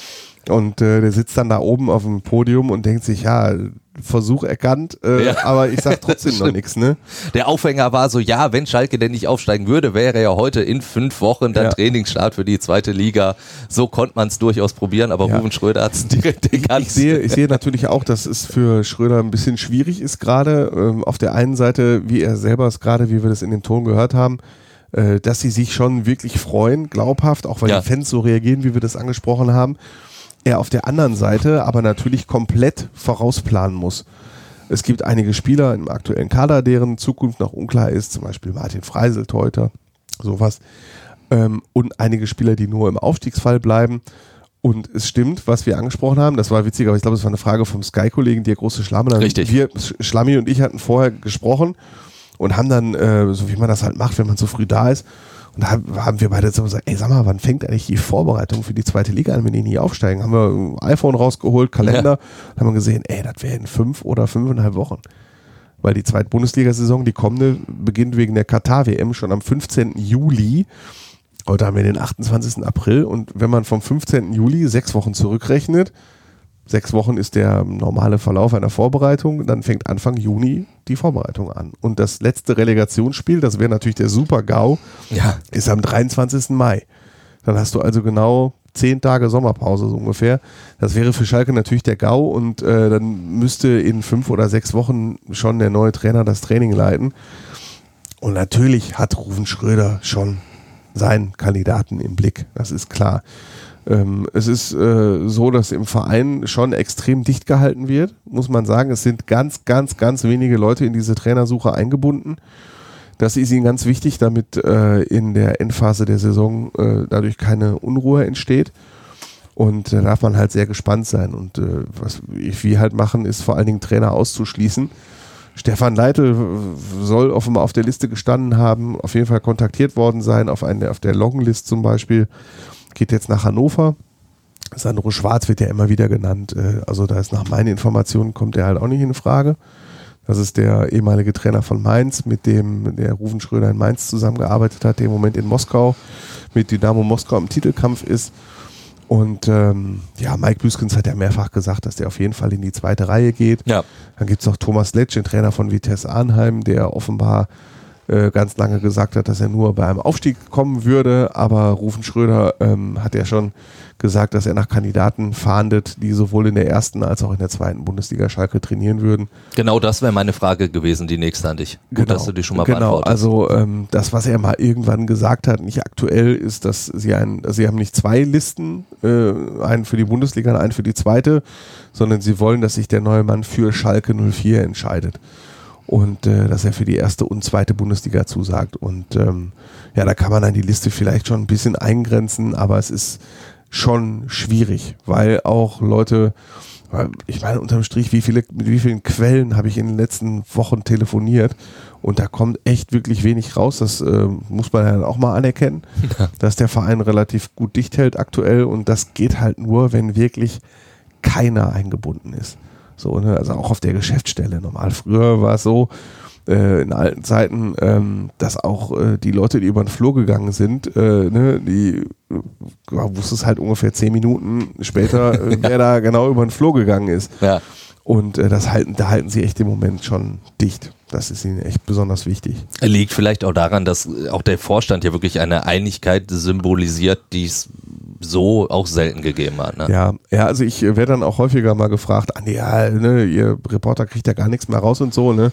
und äh, der sitzt dann da oben auf dem Podium und denkt sich, ja, Versuch erkannt, äh, ja. aber ich sag trotzdem noch nichts, ne? Der Aufhänger war so, ja, wenn Schalke denn nicht aufsteigen würde, wäre ja heute in fünf Wochen dann ja. Trainingsstart für die zweite Liga. So konnte man es durchaus probieren, aber ja. Ruven Schröder hat es direkt erkannt. Ich sehe, ich sehe natürlich auch, dass es für Schröder ein bisschen schwierig ist gerade. Ähm, auf der einen Seite, wie er selber es gerade, wie wir das in dem Ton gehört haben, äh, dass sie sich schon wirklich freuen, glaubhaft, auch weil ja. die Fans so reagieren, wie wir das angesprochen haben. Er auf der anderen Seite aber natürlich komplett vorausplanen muss. Es gibt einige Spieler im aktuellen Kader, deren Zukunft noch unklar ist, zum Beispiel Martin Freisel, Teuter, sowas. Ähm, und einige Spieler, die nur im Aufstiegsfall bleiben. Und es stimmt, was wir angesprochen haben, das war witzig, aber ich glaube, das war eine Frage vom Sky-Kollegen, der große Schlammer. Richtig. Wir, Schlammi und ich hatten vorher gesprochen und haben dann, äh, so wie man das halt macht, wenn man so früh da ist, und da haben wir beide so gesagt, ey, sag mal, wann fängt eigentlich die Vorbereitung für die zweite Liga an, wenn die nie aufsteigen? Haben wir ein iPhone rausgeholt, Kalender, ja. haben wir gesehen, ey, das wäre in fünf oder fünfeinhalb Wochen. Weil die zweite Bundesliga-Saison, die kommende, beginnt wegen der Katar-W M schon am fünfzehnten Juli. Heute haben wir den achtundzwanzigsten April und wenn man vom fünfzehnten Juli sechs Wochen zurückrechnet, sechs Wochen ist der normale Verlauf einer Vorbereitung, dann fängt Anfang Juni die Vorbereitung an. Und das letzte Relegationsspiel, das wäre natürlich der Super-GAU, ja. ist am dreiundzwanzigsten Mai. Dann hast du also genau zehn Tage Sommerpause so ungefähr. Das wäre für Schalke natürlich der GAU und äh, dann müsste in fünf oder sechs Wochen schon der neue Trainer das Training leiten. Und natürlich hat Ruven Schröder schon seinen Kandidaten im Blick, das ist klar. Ähm, es ist äh, so, dass im Verein schon extrem dicht gehalten wird, muss man sagen. Es sind ganz, ganz, ganz wenige Leute in diese Trainersuche eingebunden. Das ist ihnen ganz wichtig, damit äh, in der Endphase der Saison äh, dadurch keine Unruhe entsteht. Und da darf man halt sehr gespannt sein. Und äh, was wir halt machen, ist vor allen Dingen Trainer auszuschließen. Stefan Leitl soll offenbar auf der Liste gestanden haben, auf jeden Fall kontaktiert worden sein, auf, eine, auf der Longlist zum Beispiel. Geht jetzt nach Hannover. Sandro Schwarz wird ja immer wieder genannt. Also da ist nach meinen Informationen, kommt er halt auch nicht in Frage. Das ist der ehemalige Trainer von Mainz, mit dem der Ruven Schröder in Mainz zusammengearbeitet hat, der im Moment in Moskau mit Dynamo Moskau im Titelkampf ist. Und ähm, ja, Mike Büskens hat ja mehrfach gesagt, dass der auf jeden Fall in die zweite Reihe geht. Ja. Dann gibt es noch Thomas Letsch, den Trainer von Vitesse Arnheim, der offenbar ganz lange gesagt hat, dass er nur bei einem Aufstieg kommen würde, aber Ruven Schröder ähm, hat ja schon gesagt, dass er nach Kandidaten fahndet, die sowohl in der ersten als auch in der zweiten Bundesliga Schalke trainieren würden. Genau, das wäre meine Frage gewesen, die nächste an dich. Gut, genau, dass du die schon mal genau, beantwortest. Also ähm, das, was er mal irgendwann gesagt hat, nicht aktuell, ist, dass sie ein, sie haben nicht zwei Listen, äh, einen für die Bundesliga und einen für die zweite, sondern sie wollen, dass sich der neue Mann für Schalke null vier entscheidet. und äh, dass er für die erste und zweite Bundesliga zusagt. Und ähm, ja, da kann man dann die Liste vielleicht schon ein bisschen eingrenzen, aber es ist schon schwierig, weil auch Leute, ich meine unterm Strich, wie viele, mit wie vielen Quellen habe ich in den letzten Wochen telefoniert und da kommt echt wirklich wenig raus, das äh, muss man ja auch mal anerkennen, ja. dass der Verein relativ gut dicht hält aktuell und das geht halt nur, wenn wirklich keiner eingebunden ist. So, ne? Also auch auf der Geschäftsstelle. Normal früher war es so, äh, in alten Zeiten, ähm, dass auch äh, die Leute, die über den Flur gegangen sind, äh, ne, die äh, wusste es halt ungefähr zehn Minuten später, äh, wer da genau über den Flur gegangen ist. Ja. Und äh, das halten, da halten sie echt im Moment schon dicht. Das ist ihnen echt besonders wichtig. Liegt vielleicht auch daran, dass auch der Vorstand ja wirklich eine Einigkeit symbolisiert, die es so auch selten gegeben hat. Ne? Ja, ja, also ich werde dann auch häufiger mal gefragt, ah, nee, ja, ne, ihr Reporter kriegt ja gar nichts mehr raus und so, ne?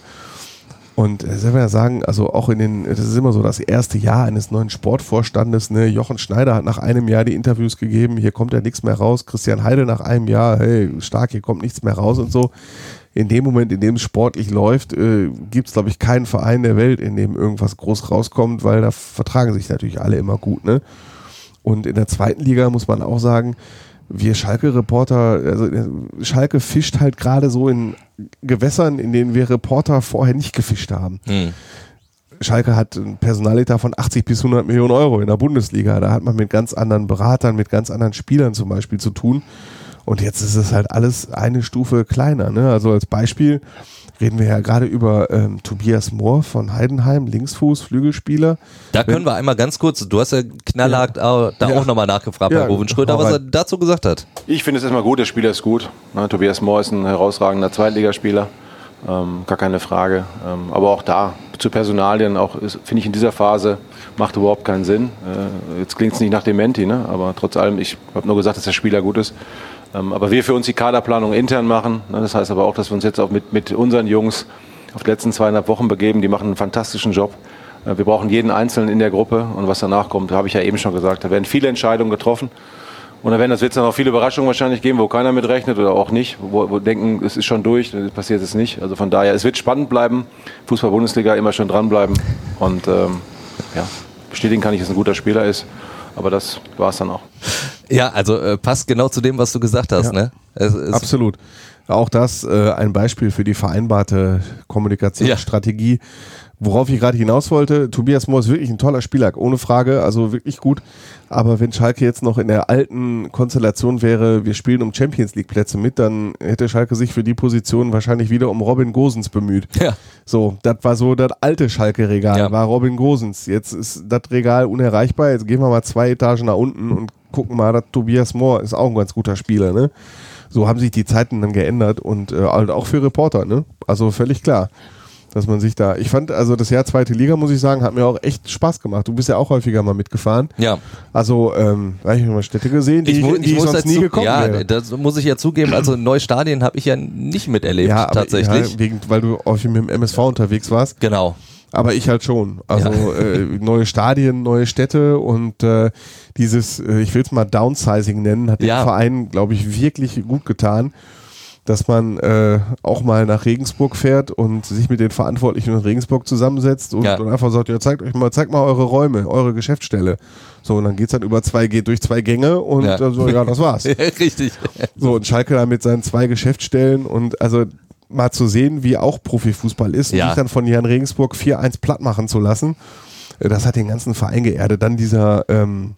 Und äh, soll man ja sagen, also auch in den, das ist immer so das erste Jahr eines neuen Sportvorstandes, ne, Jochen Schneider hat nach einem Jahr die Interviews gegeben, hier kommt ja nichts mehr raus, Christian Heidel nach einem Jahr, hey, stark, hier kommt nichts mehr raus und so. In dem Moment, in dem es sportlich läuft, äh, gibt es, glaube ich, keinen Verein der Welt, in dem irgendwas groß rauskommt, weil da vertragen sich natürlich alle immer gut, ne? Und in der zweiten Liga muss man auch sagen, wir Schalke-Reporter, also Schalke fischt halt gerade so in Gewässern, in denen wir Reporter vorher nicht gefischt haben. Hm. Schalke hat einen Personaletat von achtzig bis hundert Millionen Euro in der Bundesliga. Da hat man mit ganz anderen Beratern, mit ganz anderen Spielern zum Beispiel zu tun. Und jetzt ist es halt alles eine Stufe kleiner. Ne? Also als Beispiel reden wir ja gerade über ähm, Tobias Mohr von Heidenheim, Linksfuß, Flügelspieler. Da können Wenn, wir einmal ganz kurz, du hast ja knallhart ja. da ja. auch nochmal nachgefragt ja, bei Ruven Schröder, was er dazu gesagt hat. Ich finde es erstmal gut, der Spieler ist gut. Na, Tobias Mohr ist ein herausragender Zweitligaspieler, ähm, gar keine Frage. Ähm, aber auch da, zu Personalien, auch finde ich in dieser Phase, macht überhaupt keinen Sinn. Äh, jetzt klingt es nicht nach Dementi, ne? Aber trotz allem, ich habe nur gesagt, dass der Spieler gut ist. Aber wir für uns die Kaderplanung intern machen. Das heißt aber auch, dass wir uns jetzt auch mit, mit unseren Jungs auf die letzten zweieinhalb Wochen begeben. Die machen einen fantastischen Job. Wir brauchen jeden Einzelnen in der Gruppe. Und was danach kommt, habe ich ja eben schon gesagt. Da werden viele Entscheidungen getroffen. Und da werden es jetzt dann auch viele Überraschungen wahrscheinlich geben, wo keiner mit rechnet oder auch nicht. Wo, wo denken, es ist schon durch, das passiert es nicht. Also von daher, es wird spannend bleiben. Fußball-Bundesliga immer schön dranbleiben. Und ähm, ja, bestätigen kann ich, dass er ein guter Spieler ist. Aber das war es dann auch. Ja, also äh, passt genau zu dem, was du gesagt hast. Ja, ne? Es, es absolut. Auch das äh, ein Beispiel für die vereinbarte Kommunikationsstrategie. Ja. Worauf ich gerade hinaus wollte, Tobias Mohr ist wirklich ein toller Spieler, ohne Frage, also wirklich gut. Aber wenn Schalke jetzt noch in der alten Konstellation wäre, wir spielen um Champions-League-Plätze mit, dann hätte Schalke sich für die Position wahrscheinlich wieder um Robin Gosens bemüht. Ja. So, das war so das alte Schalke-Regal, ja. war Robin Gosens. Jetzt ist das Regal unerreichbar, jetzt gehen wir mal zwei Etagen nach unten und gucken mal, dass Tobias Mohr ist auch ein ganz guter Spieler, ne? So haben sich die Zeiten dann geändert und äh, auch für Reporter, ne? Also völlig klar, dass man sich da, ich fand, also das Jahr zweite Liga, muss ich sagen, hat mir auch echt Spaß gemacht. Du bist ja auch häufiger mal mitgefahren. Ja. Also, ähm, da habe ich mal Städte gesehen, die ich, mu- die ich, ich sonst nie gekommen ja, wäre. Ja, das muss ich ja zugeben, also neue Stadien habe ich ja nicht miterlebt, ja, aber, tatsächlich. Ja, wegen, weil du auch mit dem M S V unterwegs warst. Genau. Aber ich halt schon. Also ja. äh, neue Stadien, neue Städte und äh, dieses, äh, ich will es mal Downsizing nennen, hat ja. dem Verein, glaube ich, wirklich gut getan, dass man äh, auch mal nach Regensburg fährt und sich mit den Verantwortlichen in Regensburg zusammensetzt und, ja. und einfach sagt, ja, zeigt euch mal, zeigt mal eure Räume, eure Geschäftsstelle. So, und dann geht's dann über zwei, geht durch zwei Gänge und ja, äh, so, ja das war's. Richtig. So, und Schalke dann mit seinen zwei Geschäftsstellen und also mal zu sehen, wie auch Profifußball ist, ja. und sich dann von Jan Regensburg vier eins platt machen zu lassen, das hat den ganzen Verein geerdet. Dann dieser, ähm,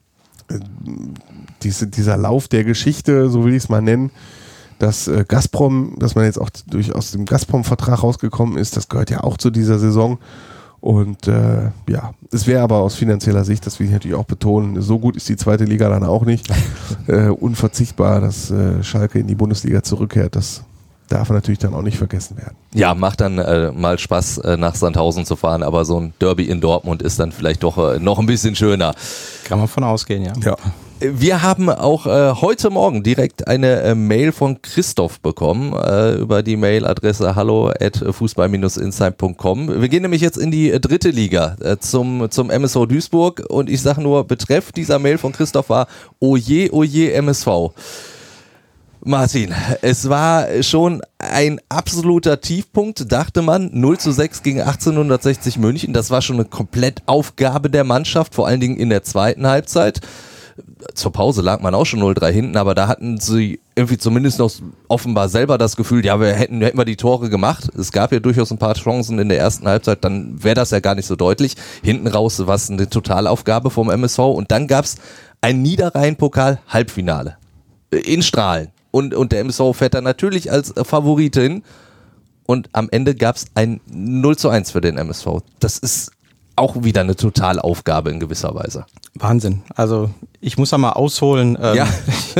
diese, dieser Lauf der Geschichte, so will ich es mal nennen, dass äh, Gazprom, dass man jetzt auch durch aus dem Gazprom-Vertrag rausgekommen ist, das gehört ja auch zu dieser Saison. Und äh, ja, es wäre aber aus finanzieller Sicht, das will ich natürlich auch betonen, so gut ist die zweite Liga dann auch nicht. äh, unverzichtbar, dass äh, Schalke in die Bundesliga zurückkehrt, das darf natürlich dann auch nicht vergessen werden. Ja, macht dann äh, mal Spaß, äh, nach Sandhausen zu fahren, aber so ein Derby in Dortmund ist dann vielleicht doch äh, noch ein bisschen schöner. Kann man von ausgehen, ja. Ja. Wir haben auch äh, heute Morgen direkt eine äh, Mail von Christoph bekommen, äh, über die Mailadresse hallo at fußball Bindestrich insight Punkt com. Wir gehen nämlich jetzt in die äh, dritte Liga, äh, zum, zum M S V Duisburg, und ich sage nur, betreff dieser Mail von Christoph war, oje, oje M S V. Martin, es war schon ein absoluter Tiefpunkt, dachte man, null zu sechs gegen achtzehnhundertsechzig München, das war schon eine Komplettaufgabe der Mannschaft, vor allen Dingen in der zweiten Halbzeit. Zur Pause lag man auch schon null drei hinten, aber da hatten sie irgendwie zumindest noch offenbar selber das Gefühl, ja, wir hätten, hätten wir die Tore gemacht. Es gab ja durchaus ein paar Chancen in der ersten Halbzeit, dann wäre das ja gar nicht so deutlich. Hinten raus war es eine Totalaufgabe vom M S V und dann gab es ein Niederrhein-Pokal-Halbfinale in Strahlen. Und, und der M S V fährt dann natürlich als Favorit hin und am Ende gab es ein null zu eins für den M S V. Das ist auch wieder eine Totalaufgabe in gewisser Weise. Wahnsinn. Also ich muss da mal ausholen. Ähm, ja.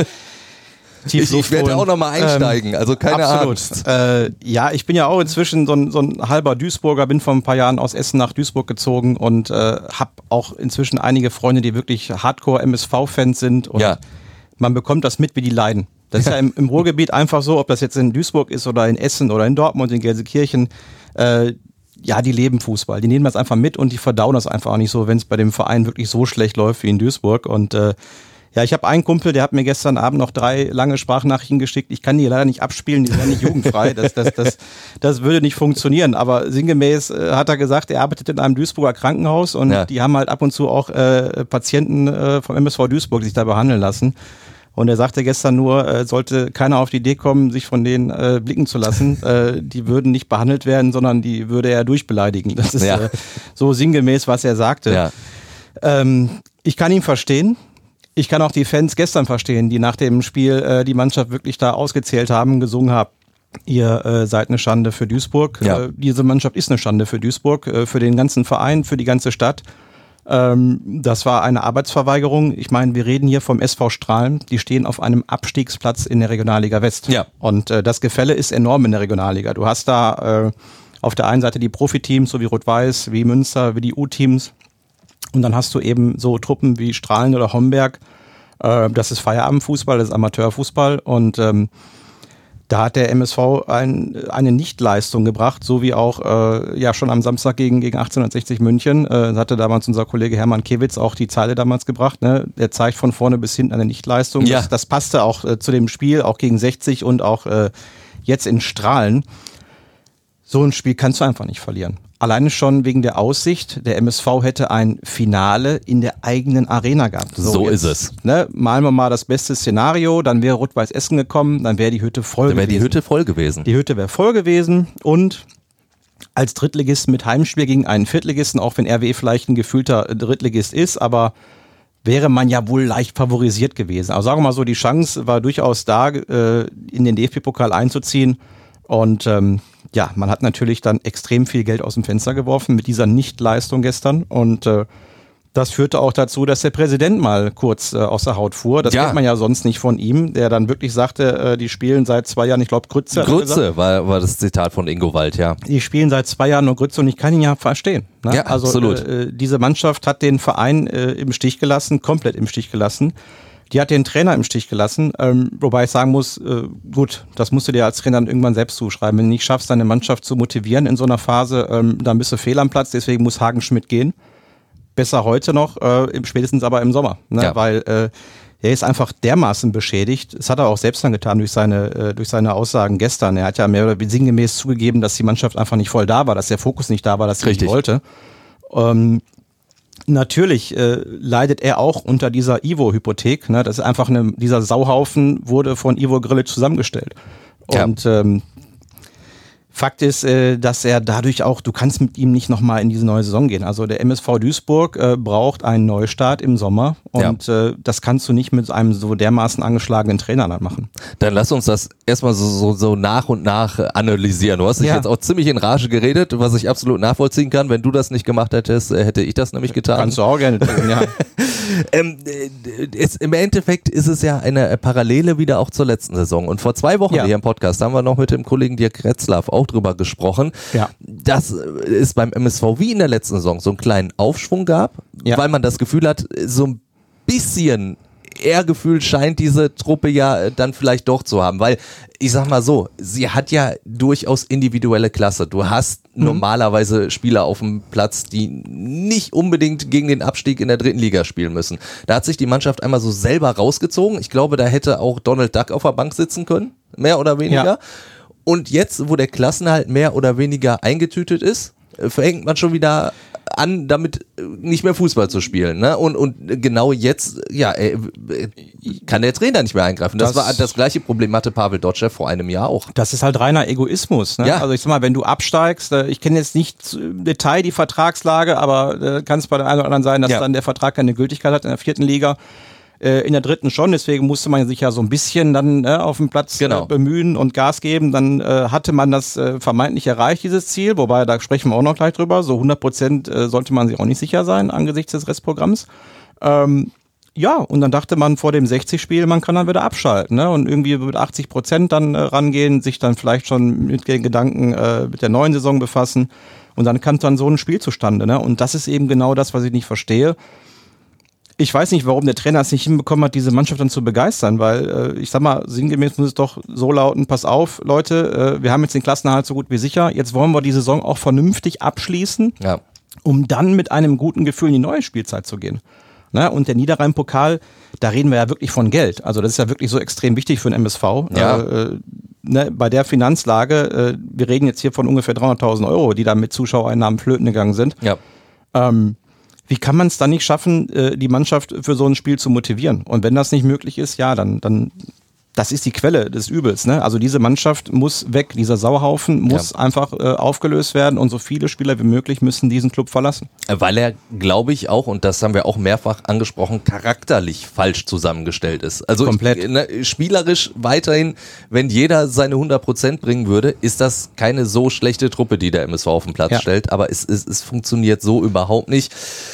ich, ich werde auch noch mal einsteigen, ähm, also keine absolut. Angst. Äh, ja, ich bin ja auch inzwischen so ein, so ein halber Duisburger, bin vor ein paar Jahren aus Essen nach Duisburg gezogen und äh, habe auch inzwischen einige Freunde, die wirklich Hardcore-M S V-Fans sind und ja. man bekommt das mit, wie die leiden. Das ist ja im, im Ruhrgebiet einfach so, ob das jetzt in Duisburg ist oder in Essen oder in Dortmund, in Gelsenkirchen, äh, ja, die leben Fußball. Die nehmen das einfach mit und die verdauen das einfach auch nicht so, wenn es bei dem Verein wirklich so schlecht läuft wie in Duisburg. Und äh, ja, ich habe einen Kumpel, der hat mir gestern Abend noch drei lange Sprachnachrichten geschickt. Ich kann die leider nicht abspielen, die sind ja nicht jugendfrei. Das, das, das, das würde nicht funktionieren. Aber sinngemäß äh, hat er gesagt, er arbeitet in einem Duisburger Krankenhaus und ja. die haben halt ab und zu auch äh, Patienten äh, vom M S V Duisburg, die sich da behandeln lassen. Und er sagte gestern nur, äh, sollte keiner auf die Idee kommen, sich von denen äh, blicken zu lassen. Äh, die würden nicht behandelt werden, sondern die würde er durchbeleidigen. Das ist ja. äh, so sinngemäß, was er sagte. Ja. Ähm, ich kann ihn verstehen. Ich kann auch die Fans gestern verstehen, die nach dem Spiel äh, die Mannschaft wirklich da ausgezählt haben, gesungen haben. Ihr äh, seid eine Schande für Duisburg. Ja. Äh, diese Mannschaft ist eine Schande für Duisburg, äh, für den ganzen Verein, für die ganze Stadt. Das war eine Arbeitsverweigerung. Ich meine, wir reden hier vom S V Strahlen. Die stehen auf einem Abstiegsplatz in der Regionalliga West. Ja. Und äh, das Gefälle ist enorm in der Regionalliga. Du hast da äh, auf der einen Seite die Profiteams, so wie Rot-Weiß, wie Münster, wie die U-Teams. Und dann hast du eben so Truppen wie Strahlen oder Homberg. Äh, das ist Feierabendfußball, das ist Amateurfußball. Und ähm, da hat der M S V ein, eine Nichtleistung gebracht, so wie auch äh, ja schon am Samstag gegen, gegen achtzehnhundertsechzig München. Äh, hatte damals unser Kollege Hermann Kewitz auch die Zeile damals gebracht. Ne? Der zeigt von vorne bis hinten eine Nichtleistung. Ja. Das, das passte auch äh, zu dem Spiel, auch gegen sechzig und auch äh, jetzt in Strahlen. So ein Spiel kannst du einfach nicht verlieren. Alleine schon wegen der Aussicht, der M S V hätte ein Finale in der eigenen Arena gehabt. So, so jetzt, ist es. Ne, malen wir mal das beste Szenario, dann wäre Rot-Weiß Essen gekommen, dann wäre die Hütte voll dann wär gewesen. Die Hütte voll gewesen. Die Hütte wäre voll gewesen und als Drittligisten mit Heimspiel gegen einen Viertligisten, auch wenn R W vielleicht ein gefühlter Drittligist ist, aber wäre man ja wohl leicht favorisiert gewesen. Also sagen wir mal so, die Chance war durchaus da, äh, in den D F B-Pokal einzuziehen und ähm, ja, man hat natürlich dann extrem viel Geld aus dem Fenster geworfen mit dieser Nichtleistung gestern und äh, das führte auch dazu, dass der Präsident mal kurz äh, aus der Haut fuhr. Das ja. kennt man ja sonst nicht von ihm, der dann wirklich sagte, äh, die spielen seit zwei Jahren, ich glaube Grütze. Grütze war, war das Zitat von Ingo Wald, ja. Die spielen seit zwei Jahren nur Grütze und ich kann ihn ja verstehen. Ne? Ja, also, absolut. Äh, diese Mannschaft hat den Verein äh, im Stich gelassen, komplett im Stich gelassen. Die hat den Trainer im Stich gelassen, ähm, wobei ich sagen muss, äh, gut, das musst du dir als Trainer dann irgendwann selbst zuschreiben. Wenn du nicht schaffst, deine Mannschaft zu motivieren in so einer Phase, ähm, dann bist du fehl am Platz, deswegen muss Hagen Schmidt gehen. Besser heute noch, äh, spätestens aber im Sommer, ne? Ja. Weil äh, er ist einfach dermaßen beschädigt. Das hat er auch selbst dann getan durch seine, äh, durch seine Aussagen gestern. Er hat ja mehr oder weniger sinngemäß zugegeben, dass die Mannschaft einfach nicht voll da war, dass der Fokus nicht da war, dass er nicht wollte. Ähm, Natürlich äh, leidet er auch unter dieser Ivo-Hypothek. Ne? Das ist einfach eine, dieser Sauhaufen wurde von Ivo Grilic zusammengestellt. Und ja. ähm, Fakt ist, äh, dass er dadurch auch, du kannst mit ihm nicht nochmal in diese neue Saison gehen. Also der M S V Duisburg äh, braucht einen Neustart im Sommer und ja. äh, das kannst du nicht mit einem so dermaßen angeschlagenen Trainer dann machen. Dann lass uns das erstmal so, so, so nach und nach analysieren. Du hast dich ja. jetzt auch ziemlich in Rage geredet, was ich absolut nachvollziehen kann. Wenn du das nicht gemacht hättest, hätte ich das nämlich getan. Kannst du auch gerne tun, ja. ähm, es, Im Endeffekt ist es ja eine Parallele wieder auch zur letzten Saison. Und vor zwei Wochen ja. hier im Podcast haben wir noch mit dem Kollegen Dirk Retzlaff auch drüber gesprochen, ja. dass es beim M S V wie in der letzten Saison so einen kleinen Aufschwung gab, ja. weil man das Gefühl hat, so ein bisschen eher gefühlt scheint diese Truppe ja dann vielleicht doch zu haben, weil ich sag mal so, sie hat ja durchaus individuelle Klasse. Du hast mhm. normalerweise Spieler auf dem Platz, die nicht unbedingt gegen den Abstieg in der dritten Liga spielen müssen. Da hat sich die Mannschaft einmal so selber rausgezogen. Ich glaube, da hätte auch Donald Duck auf der Bank sitzen können, mehr oder weniger. Ja. Und jetzt, wo der Klassenerhalt mehr oder weniger eingetütet ist, fängt man schon wieder an, damit nicht mehr Fußball zu spielen, ne? Und, und genau jetzt, ja, äh, kann der Trainer nicht mehr eingreifen. Das, das war das gleiche Problem, hatte Pavel Dotschew vor einem Jahr auch. Das ist halt reiner Egoismus, ne? Ja. Also ich sag mal, wenn du absteigst, ich kenne jetzt nicht im Detail die Vertragslage, aber äh, kann es bei der einen oder anderen sein, dass ja. dann der Vertrag keine Gültigkeit hat in der vierten Liga. In der dritten schon, deswegen musste man sich ja so ein bisschen dann äh, auf dem Platz genau. äh, bemühen und Gas geben. Dann äh, hatte man das äh, vermeintlich erreicht, dieses Ziel, wobei, da sprechen wir auch noch gleich drüber, so hundert Prozent äh, sollte man sich auch nicht sicher sein angesichts des Restprogramms. Ähm, ja, und dann dachte man vor dem sechzig-Spiel, man kann dann wieder abschalten, ne? Und irgendwie mit achtzig Prozent dann äh, rangehen, sich dann vielleicht schon mit den Gedanken äh, mit der neuen Saison befassen und dann kam dann so ein Spiel zustande, ne? Und das ist eben genau das, was ich nicht verstehe. Ich weiß nicht, warum der Trainer es nicht hinbekommen hat, diese Mannschaft dann zu begeistern, weil äh, ich sag mal, sinngemäß muss es doch so lauten, pass auf, Leute, äh, wir haben jetzt den Klassenerhalt so gut wie sicher, jetzt wollen wir die Saison auch vernünftig abschließen, ja. um dann mit einem guten Gefühl in die neue Spielzeit zu gehen. Ne? Und der Niederrhein-Pokal, da reden wir ja wirklich von Geld, also das ist ja wirklich so extrem wichtig für den M S V. Ja. Äh, ne, bei der Finanzlage, äh, wir reden jetzt hier von ungefähr dreihunderttausend Euro, die da mit Zuschauereinnahmen flöten gegangen sind. Ja. Ähm, Wie kann man es dann nicht schaffen, die Mannschaft für so ein Spiel zu motivieren? Und wenn das nicht möglich ist, ja, dann, dann das ist die Quelle des Übels. Ne? Also diese Mannschaft muss weg, dieser Sauhaufen muss ja. einfach äh, aufgelöst werden und so viele Spieler wie möglich müssen diesen Club verlassen. Weil er, glaube ich auch, und das haben wir auch mehrfach angesprochen, charakterlich falsch zusammengestellt ist. Also komplett. Ich, ne, spielerisch weiterhin, wenn jeder seine hundert Prozent bringen würde, ist das keine so schlechte Truppe, die der M S V auf den Platz ja. stellt, aber es, es, es funktioniert so überhaupt nicht.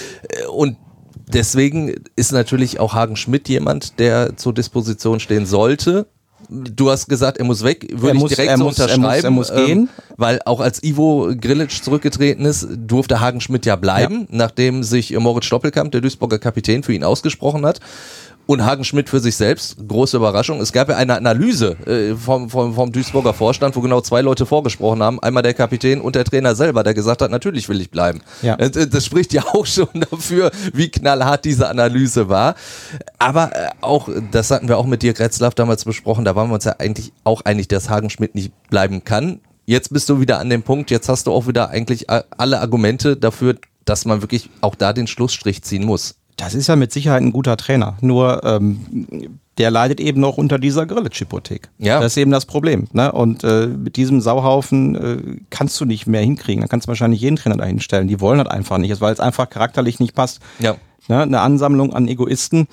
Und deswegen ist natürlich auch Hagen Schmidt jemand, der zur Disposition stehen sollte. Du hast gesagt, er muss weg, würde ich direkt so unterschreiben, er muss, er muss gehen. Ähm, weil auch als Ivo Grilic zurückgetreten ist, durfte Hagen Schmidt ja bleiben, ja. nachdem sich Moritz Stoppelkamp, der Duisburger Kapitän, für ihn ausgesprochen hat. Und Hagen Schmidt für sich selbst, große Überraschung. Es gab ja eine Analyse äh, vom, vom, vom Duisburger Vorstand, wo genau zwei Leute vorgesprochen haben. Einmal der Kapitän und der Trainer selber, der gesagt hat, natürlich will ich bleiben. Ja. Das, das spricht ja auch schon dafür, wie knallhart diese Analyse war. Aber äh, auch, das hatten wir auch mit Dirk Retzlaff damals besprochen, da waren wir uns ja eigentlich auch einig, dass Hagen Schmidt nicht bleiben kann. Jetzt bist du wieder an dem Punkt, jetzt hast du auch wieder eigentlich alle Argumente dafür, dass man wirklich auch da den Schlussstrich ziehen muss. Das ist ja mit Sicherheit ein guter Trainer, nur ähm, der leidet eben noch unter dieser Grillitsch-Hypothek. Ja. Das ist eben das Problem. Ne? Und äh, mit diesem Sauhaufen äh, kannst du nicht mehr hinkriegen. Dann kannst du wahrscheinlich jeden Trainer dahin stellen. Die wollen das einfach nicht, weil es einfach charakterlich nicht passt. Ja. Ne? Eine Ansammlung an Egoisten.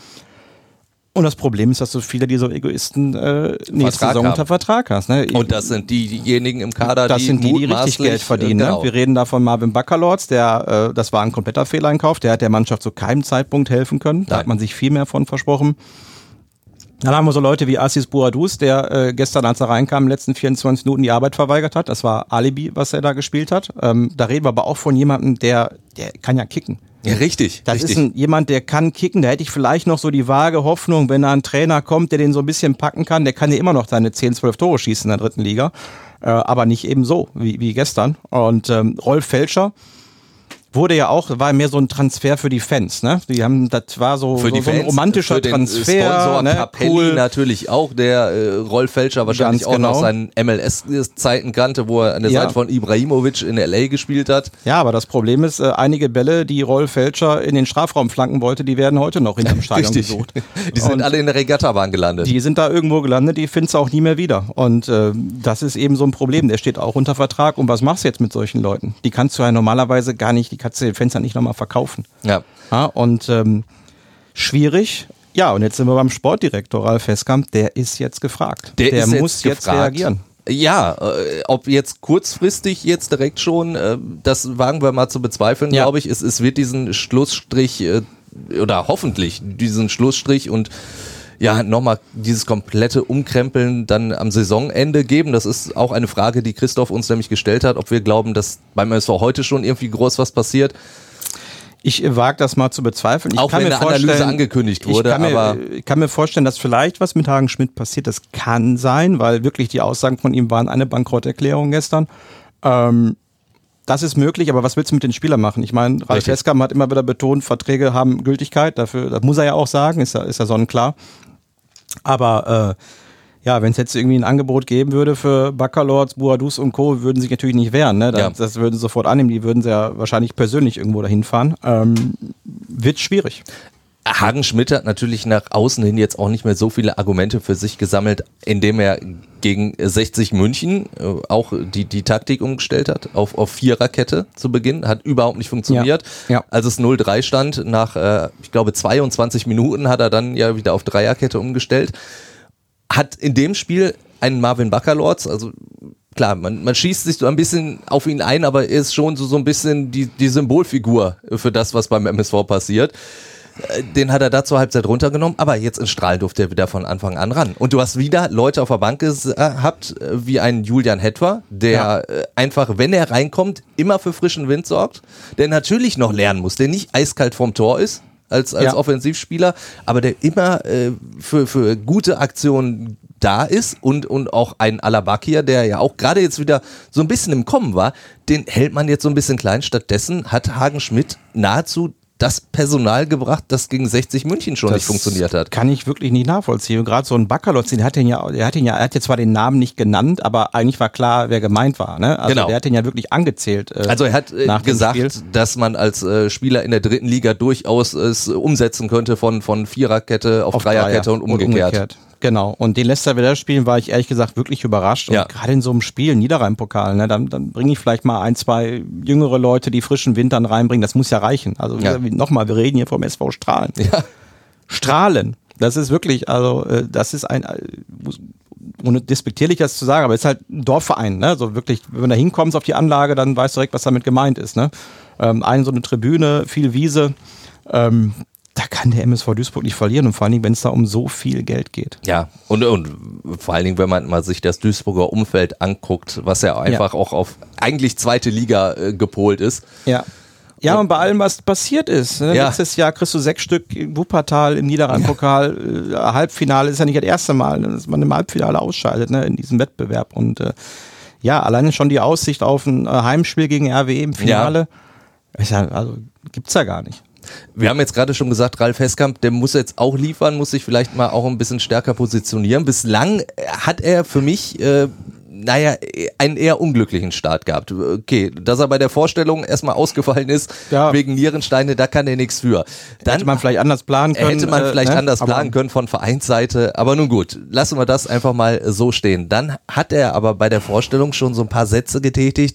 Und das Problem ist, dass du viele dieser Egoisten äh, nächste Saison haben. Unter Vertrag hast. Ne? Und das sind die, diejenigen im Kader, das die sind die, die richtig Geld verdienen. Genau. Ne? Wir reden da von Marvin Baccalords, der, äh, das war ein kompletter Fehleinkauf, der hat der Mannschaft zu keinem Zeitpunkt helfen können. Da Nein. hat man sich viel mehr von versprochen. Dann haben wir so Leute wie Assis Bouadouz, der äh, gestern, als er reinkam, in den letzten vierundzwanzig Minuten die Arbeit verweigert hat. Das war Alibi, was er da gespielt hat. Ähm, da reden wir aber auch von jemandem, der, der kann ja kicken. Ja, richtig. Das richtig. ist ein, jemand, der kann kicken. Da hätte ich vielleicht noch so die vage Hoffnung, wenn da ein Trainer kommt, der den so ein bisschen packen kann, der kann ja immer noch seine zehn, zwölf Tore schießen in der dritten Liga. Äh, aber nicht eben so, wie, wie gestern. Und ähm, Rolf Felscher wurde ja auch, war mehr so ein Transfer für die Fans, ne? Die haben, das war so, für so, die so Fans, ein romantischer für den Transfer. Sponsor ne? Capelli cool. natürlich auch, der äh, Rolf Felscher wahrscheinlich Ganz auch genau. noch seinen M L S-Zeiten kannte, wo er an der ja. Seite von Ibrahimovic in L A gespielt hat. Ja, aber das Problem ist, äh, einige Bälle, die Rolf Felscher in den Strafraum flanken wollte, die werden heute noch hinterm Stadion gesucht. Die sind Und alle in der Regattabahn gelandet. Die sind da irgendwo gelandet, die findest du auch nie mehr wieder. Und äh, das ist eben so ein Problem. Der steht auch unter Vertrag. Und was machst du jetzt mit solchen Leuten? Die kannst du ja normalerweise gar nicht, die kannst du den Fenster nicht nochmal verkaufen. Ja. ja und ähm, schwierig. Ja, und jetzt sind wir beim Sportdirektor Ralf Heskamp, der ist jetzt gefragt. Der, der ist muss jetzt, jetzt reagieren. Ja, äh, ob jetzt kurzfristig jetzt direkt schon, äh, das wagen wir mal zu bezweifeln, ja. glaube ich. Es, es wird diesen Schlussstrich äh, oder hoffentlich diesen Schlussstrich und ja, nochmal dieses komplette Umkrempeln dann am Saisonende geben. Das ist auch eine Frage, die Christoph uns nämlich gestellt hat, ob wir glauben, dass beim M S V heute schon irgendwie groß was passiert. Ich wage das mal zu bezweifeln. Ich Auch kann wenn mir eine Analyse vorstellen- angekündigt wurde, ich kann, aber mir, ich kann mir vorstellen, dass vielleicht was mit Hagen Schmidt passiert. Das kann sein, weil wirklich die Aussagen von ihm waren eine Bankrotterklärung gestern. Ähm, das ist möglich, aber was willst du mit den Spielern machen? Ich meine, Ralf Richtig. Heskamp hat immer wieder betont, Verträge haben Gültigkeit. Dafür, das muss er ja auch sagen, ist ja, ist ja sonnenklar. Aber äh, ja, wenn es jetzt irgendwie ein Angebot geben würde für Baccalords, Boadus und Co., würden sich natürlich nicht wehren. Ne? Das, Ja. das würden sie sofort annehmen. Die würden sie ja wahrscheinlich persönlich irgendwo dahin fahren. Ähm, wird schwierig. Hagen Schmidt hat natürlich nach außen hin jetzt auch nicht mehr so viele Argumente für sich gesammelt, indem er gegen sechzig München äh, auch die, die Taktik umgestellt hat, auf, auf Viererkette zu Beginn, hat überhaupt nicht funktioniert. Ja, ja. Als es null drei stand, nach, äh, ich glaube, zweiundzwanzig Minuten hat er dann ja wieder auf Dreierkette umgestellt. Hat in dem Spiel einen Marvin Baccalords, also klar, man, man schießt sich so ein bisschen auf ihn ein, aber er ist schon so, so ein bisschen die, die Symbolfigur für das, was beim M S V passiert. Den hat er da zur Halbzeit runtergenommen, aber jetzt in Strahlen durfte er wieder von Anfang an ran. Und du hast wieder Leute auf der Bank gehabt, wie einen Julian Hetwer, der Ja. einfach, wenn er reinkommt, immer für frischen Wind sorgt, der natürlich noch lernen muss, der nicht eiskalt vorm Tor ist, als, als Ja. Offensivspieler, aber der immer äh, für, für gute Aktionen da ist und, und auch ein Alabakir, der ja auch gerade jetzt wieder so ein bisschen im Kommen war, den hält man jetzt so ein bisschen klein. Stattdessen hat Hagen Schmidt nahezu das Personal gebracht, das gegen sechzig München schon nicht funktioniert hat. Kann ich wirklich nicht nachvollziehen. Und gerade so ein Baccalords, der hat den ja, der hat ihn ja, er hat jetzt zwar den Namen nicht genannt, aber eigentlich war klar, wer gemeint war. Ne? Also Genau. der hat den ja wirklich angezählt. Äh, Also er hat äh, nach dem gesagt, Spiel. dass man als äh, Spieler in der dritten Liga durchaus es umsetzen könnte von, von Viererkette auf, auf Dreierkette Dreier und umgekehrt. Genau. Und den lässt er wieder spielen, war ich ehrlich gesagt wirklich überrascht. Und Ja. gerade in so einem Spiel, Niederrhein-Pokal, ne, dann, dann bringe ich vielleicht mal ein, zwei jüngere Leute, die frischen Wind dann reinbringen. Das muss ja reichen. Also Ja. nochmal, wir reden hier vom S V Strahlen. Ja. Strahlen. Das ist wirklich, also äh, das ist ein, äh, muss- ohne despektierlich das zu sagen, aber es ist halt ein Dorfverein. Ne? So wirklich, wenn du da hinkommst auf die Anlage, dann weißt du direkt, was damit gemeint ist. Ne? Ähm, eine so eine Tribüne, viel Wiese. Ähm, da kann der M S V Duisburg nicht verlieren und vor allen Dingen, wenn es da um so viel Geld geht. Ja, und, und vor allen Dingen, wenn man mal sich das Duisburger Umfeld anguckt, was ja einfach auch auf eigentlich zweite Liga äh, gepolt ist. Ja. Ja, und bei allem, was passiert ist. Ne? Ja. Letztes Jahr kriegst du sechs Stück in Wuppertal im Niederrhein-Pokal. Äh, Halbfinale ist ja nicht das erste Mal, dass man im Halbfinale ausscheidet, ne, in diesem Wettbewerb. Und äh, ja, alleine schon die Aussicht auf ein äh, Heimspiel gegen R W E im Finale, ist ja, also gibt's ja gar nicht. Wir haben jetzt gerade schon gesagt, Ralf Heskamp, der muss jetzt auch liefern, muss sich vielleicht mal auch ein bisschen stärker positionieren. Bislang hat er für mich, äh, naja, einen eher unglücklichen Start gehabt. Okay, dass er bei der Vorstellung erstmal ausgefallen ist, Ja. wegen Nierensteine, da kann er nichts für. Dann Hätte man vielleicht anders planen können. hätte man äh, vielleicht ne? anders Aber- planen können von Vereinsseite, aber nun gut, lassen wir das einfach mal so stehen. Dann hat er aber bei der Vorstellung schon so ein paar Sätze getätigt,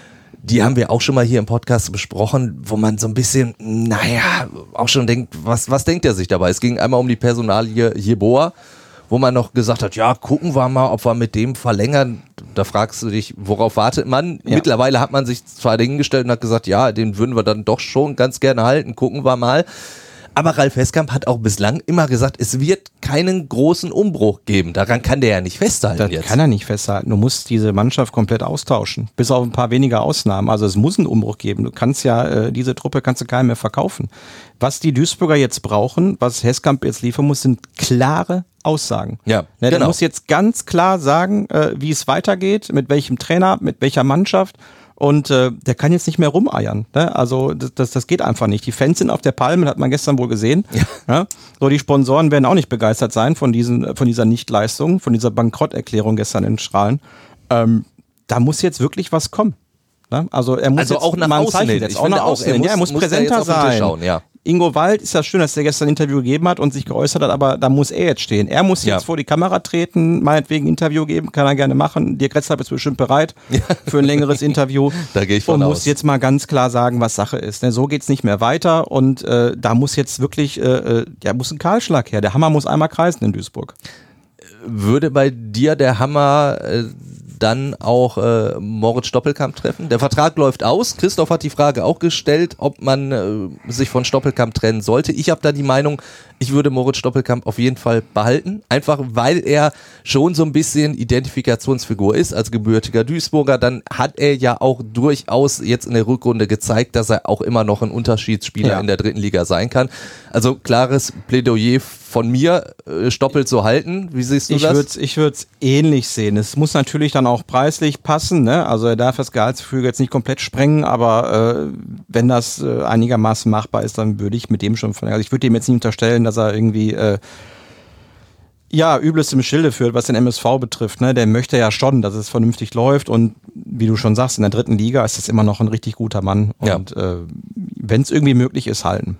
die haben wir auch schon mal hier im Podcast besprochen, wo man so ein bisschen, naja, auch schon denkt, was, was denkt er sich dabei? Es ging einmal um die Personalie Jeboa, wo man noch gesagt hat, ja, gucken wir mal, ob wir mit dem verlängern. Da fragst du dich, worauf wartet man? Ja. Mittlerweile hat man sich zwar dahingestellt und hat gesagt, ja, den würden wir dann doch schon ganz gerne halten, gucken wir mal. Aber Ralf Heskamp hat auch bislang immer gesagt, es wird keinen großen Umbruch geben. Daran kann der ja nicht festhalten Das jetzt. kann er nicht festhalten. Du musst diese Mannschaft komplett austauschen. Bis auf ein paar wenige Ausnahmen. Also es muss einen Umbruch geben. Du kannst ja, äh, diese Truppe kannst du keinem mehr verkaufen. Was die Duisburger jetzt brauchen, was Heskamp jetzt liefern muss, sind klare Aussagen. Ja, Ne, der genau. muss jetzt ganz klar sagen, äh, wie es weitergeht, mit welchem Trainer, mit welcher Mannschaft. Und äh, der kann jetzt nicht mehr rumeiern. Ne? Also das, das, das geht einfach nicht. Die Fans sind auf der Palme, das hat man gestern wohl gesehen. Ja. Ja? So, die Sponsoren werden auch nicht begeistert sein von, diesen, von dieser Nichtleistung, von dieser Bankrotterklärung gestern in Strahlen. Ähm, da muss jetzt wirklich was kommen. Ne? Also er muss Also jetzt auch nach mal ein außen Zeichen hin. setzen. Ich Auch finde nach auch, außen er hin. muss- Ja, er muss, muss da präsenter jetzt auf den Tisch sein. schauen, ja. Ingo Wald ist ja schön, dass der gestern ein Interview gegeben hat und sich geäußert hat, aber da muss er jetzt stehen. Er muss Ja. jetzt vor die Kamera treten, meinetwegen ein Interview geben, kann er gerne machen. Dirk Retzlaff ist bestimmt bereit für ein längeres Interview. Da gehe ich von Und aus. muss jetzt mal ganz klar sagen, was Sache ist. Ne, so geht's nicht mehr weiter und äh, da muss jetzt wirklich, äh, äh, ja, muss ein Kahlschlag her. Der Hammer muss einmal kreisen in Duisburg. Würde bei dir der Hammer äh, dann auch äh, Moritz Stoppelkamp treffen? Der Vertrag läuft aus. Christoph hat die Frage auch gestellt, ob man äh, sich von Stoppelkamp trennen sollte. Ich habe da die Meinung, Ich würde Moritz Stoppelkamp auf jeden Fall behalten, einfach weil er schon so ein bisschen Identifikationsfigur ist als gebürtiger Duisburger. Dann hat er ja auch durchaus jetzt in der Rückrunde gezeigt, dass er auch immer noch ein Unterschiedsspieler ja. in der dritten Liga sein kann. Also klares Plädoyer von mir, Stoppel zu halten. Wie siehst du ich das? Würd's, ich würde es ähnlich sehen. Es muss natürlich dann auch preislich passen, ne? Also er darf das Gehaltsgefüge jetzt nicht komplett sprengen, aber äh, wenn das äh, einigermaßen machbar ist, dann würde ich mit dem schon von, also ich würde dem jetzt nicht unterstellen, dass er irgendwie äh, ja, Übles im Schilde führt, was den M S V betrifft. Ne? Der möchte ja schon, dass es vernünftig läuft und wie du schon sagst, in der dritten Liga ist das immer noch ein richtig guter Mann und ja. äh, wenn es irgendwie möglich ist, halten.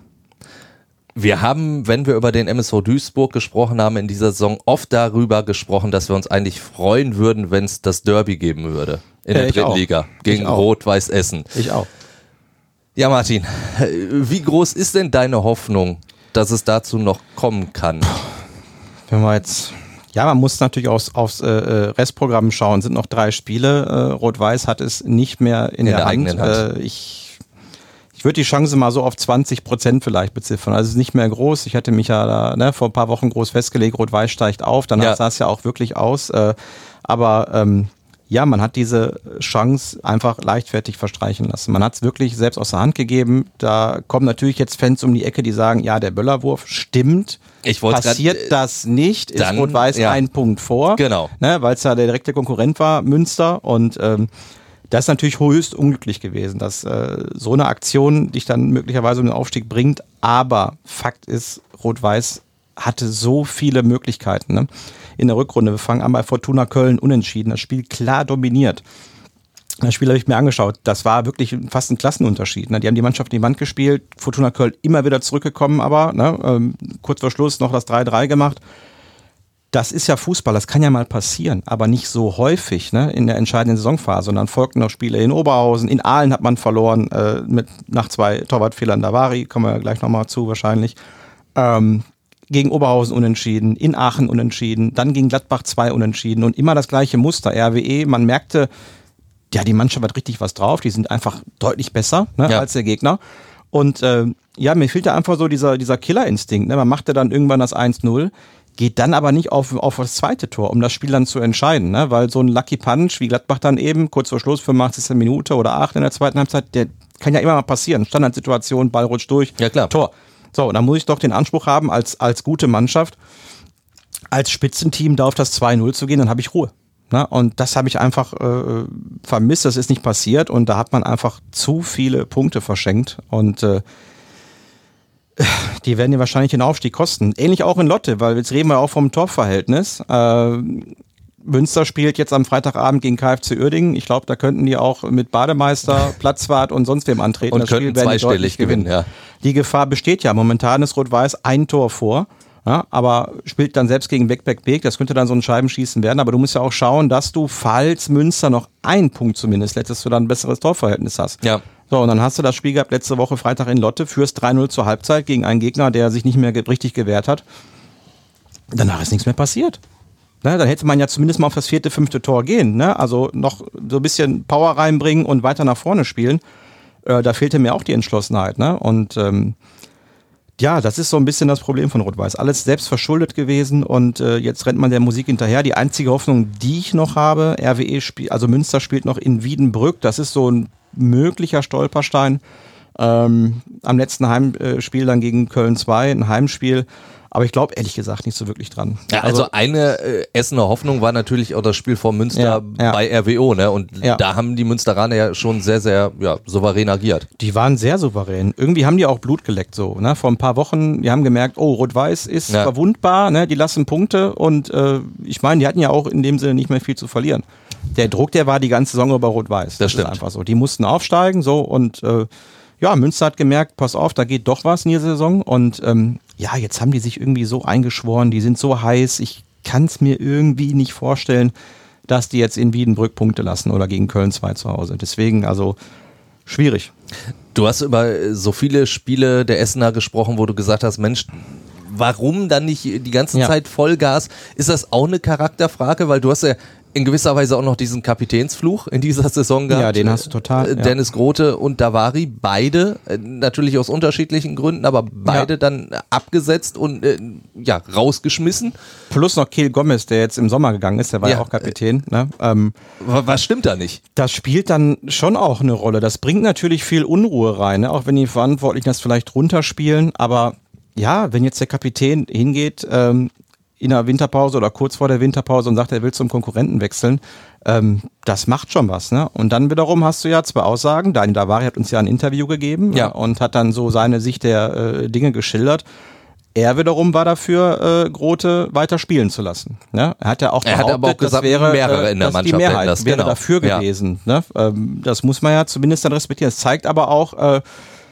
Wir haben, wenn wir über den M S V Duisburg gesprochen haben in dieser Saison, oft darüber gesprochen, dass wir uns eigentlich freuen würden, wenn es das Derby geben würde in der ja, dritten auch. Liga gegen Rot-Weiß Essen. Ich auch. Ja, Martin, wie groß ist denn deine Hoffnung, dass es dazu noch kommen kann? Wenn wir jetzt, ja, man muss natürlich aufs, aufs äh, Restprogramm schauen. Es sind noch drei Spiele. Äh, Rot-Weiß hat es nicht mehr in, in der, der Hand. Hand. Äh, ich Ich würde die Chance mal so auf zwanzig Prozent vielleicht beziffern. Also es ist nicht mehr groß. Ich hatte mich ja da, ne, vor ein paar Wochen groß festgelegt, Rot-Weiß steigt auf. Danach ja. sah es ja auch wirklich aus. Äh, aber ähm, ja, man hat diese Chance einfach leichtfertig verstreichen lassen. Man hat es wirklich selbst aus der Hand gegeben. Da kommen natürlich jetzt Fans um die Ecke, die sagen, ja, der Böllerwurf stimmt. Ich Passiert grad, äh, das nicht, dann, ist Rot-Weiß ja. ein Punkt vor. Genau. Ne, weil es ja der direkte Konkurrent war, Münster. Und ähm, das ist natürlich höchst unglücklich gewesen, dass äh, so eine Aktion dich dann möglicherweise um den Aufstieg bringt. Aber Fakt ist, Rot-Weiß hatte so viele Möglichkeiten. Ne? In der Rückrunde, wir fangen an bei Fortuna Köln unentschieden, das Spiel klar dominiert. Das Spiel habe ich mir angeschaut, das war wirklich fast ein Klassenunterschied. Ne? Die haben die Mannschaft in die Wand gespielt, Fortuna Köln immer wieder zurückgekommen, aber ne? ähm, kurz vor Schluss noch das drei drei gemacht. Das ist ja Fußball, das kann ja mal passieren, aber nicht so häufig, ne, in der entscheidenden Saisonphase. Und dann folgten noch Spiele in Oberhausen, in Aalen hat man verloren, äh, mit nach zwei Torwartfehlern Davari, kommen wir gleich nochmal zu wahrscheinlich. Ähm, gegen Oberhausen unentschieden, in Aachen unentschieden, dann gegen Gladbach zwei unentschieden und immer das gleiche Muster, R W E. Man merkte, ja, die Mannschaft hat richtig was drauf, die sind einfach deutlich besser, ne, ja. als der Gegner. Und äh, ja, mir fehlt da einfach so dieser, dieser Killerinstinkt. Ne? Man machte dann irgendwann das eins null. Geht dann aber nicht auf, auf das zweite Tor, um das Spiel dann zu entscheiden, ne? Weil so ein Lucky Punch, wie Gladbach dann eben, kurz vor Schluss, fünfundachtzigste Minute oder acht in der zweiten Halbzeit, der kann ja immer mal passieren. Standardsituation, Ball rutscht durch, ja, klar. Tor. So, und dann muss ich doch den Anspruch haben, als, als gute Mannschaft, als Spitzenteam da auf das zwei null zu gehen, dann habe ich Ruhe. Ne? Und das habe ich einfach äh, vermisst, das ist nicht passiert und da hat man einfach zu viele Punkte verschenkt und äh, die werden dir wahrscheinlich den Aufstieg kosten. Ähnlich auch in Lotte, weil jetzt reden wir auch vom Torverhältnis. Äh, Münster spielt jetzt am Freitagabend gegen K F C Uerdingen. Ich glaube, da könnten die auch mit Bademeister, Platzwart und sonst wem antreten. Und das könnten Spiel zweistellig gewinnen. Ja. Die Gefahr besteht ja. Momentan ist Rot-Weiß ein Tor vor. Ja, aber spielt dann selbst gegen Beck-Beck-Beek. Das könnte dann so ein Scheibenschießen werden. Aber du musst ja auch schauen, dass du, falls Münster noch einen Punkt zumindest lässt, dass du dann ein besseres Torverhältnis hast. Ja. So, und dann hast du das Spiel gehabt letzte Woche Freitag in Lotte, führst drei null zur Halbzeit gegen einen Gegner, der sich nicht mehr ge- richtig gewehrt hat. Danach ist nichts mehr passiert. Ne, dann hätte man ja zumindest mal auf das vierte, fünfte Tor gehen. Ne? Also noch so ein bisschen Power reinbringen und weiter nach vorne spielen. Äh, da fehlte mir auch die Entschlossenheit. Ne? Und ähm, ja, das ist so ein bisschen das Problem von Rot-Weiß. Alles selbst verschuldet gewesen und äh, jetzt rennt man der Musik hinterher. Die einzige Hoffnung, die ich noch habe, R W E spielt, also Münster spielt noch in Wiedenbrück. Das ist so ein möglicher Stolperstein. Ähm, am letzten Heimspiel dann gegen Köln zwei, ein Heimspiel. Aber ich glaube ehrlich gesagt nicht so wirklich dran. Ja, also, also eine äh, Essener Hoffnung war natürlich auch das Spiel vor Münster ja, ja. bei R W O, ne? Und ja. da haben die Münsteraner ja schon sehr, sehr ja, souverän agiert. Die waren sehr souverän. Irgendwie haben die auch Blut geleckt so. Ne? Vor ein paar Wochen, die haben gemerkt, oh, Rot-Weiß ist ja. verwundbar, ne? Die lassen Punkte und äh, ich meine, die hatten ja auch in dem Sinne nicht mehr viel zu verlieren. Der Druck, der war die ganze Saison über Rot-Weiß. Das, das stimmt. Ist einfach so. Die mussten aufsteigen so und äh, ja, Münster hat gemerkt, pass auf, da geht doch was in dieser Saison und ähm, ja, jetzt haben die sich irgendwie so eingeschworen, die sind so heiß, ich kann es mir irgendwie nicht vorstellen, dass die jetzt in Wiedenbrück Punkte lassen oder gegen Köln zwei zu Hause. Deswegen, also schwierig. Du hast über so viele Spiele der Essener gesprochen, wo du gesagt hast, Mensch, warum dann nicht die ganze ja. Zeit Vollgas? Ist das auch eine Charakterfrage? Weil du hast ja in gewisser Weise auch noch diesen Kapitänsfluch in dieser Saison gehabt. Ja, den hast du total. Äh, Dennis ja. Grote und Davari, beide, äh, natürlich aus unterschiedlichen Gründen, aber beide ja. dann abgesetzt und äh, ja, rausgeschmissen. Plus noch Kehl Gomez, der jetzt im Sommer gegangen ist, der war ja, ja auch Kapitän. Ne? Ähm, was stimmt da nicht? Das spielt dann schon auch eine Rolle. Das bringt natürlich viel Unruhe rein, ne? Auch wenn die Verantwortlichen das vielleicht runterspielen, aber ja, wenn jetzt der Kapitän hingeht, ähm, in der Winterpause oder kurz vor der Winterpause und sagt, er will zum Konkurrenten wechseln, ähm, das macht schon was. Ne? Und dann wiederum hast du ja zwei Aussagen. Daniel Davari hat uns ja ein Interview gegeben ja. und hat dann so seine Sicht der äh, Dinge geschildert. Er wiederum war dafür, äh, Grote weiter spielen zu lassen. Ne? Er hat ja auch er behauptet, hat aber auch gesagt, das wäre, mehrere in der dass Mannschaft die Mehrheit das, wäre genau. dafür gewesen. Ja. Ne? Ähm, das muss man ja zumindest dann respektieren. Es zeigt aber auch, äh,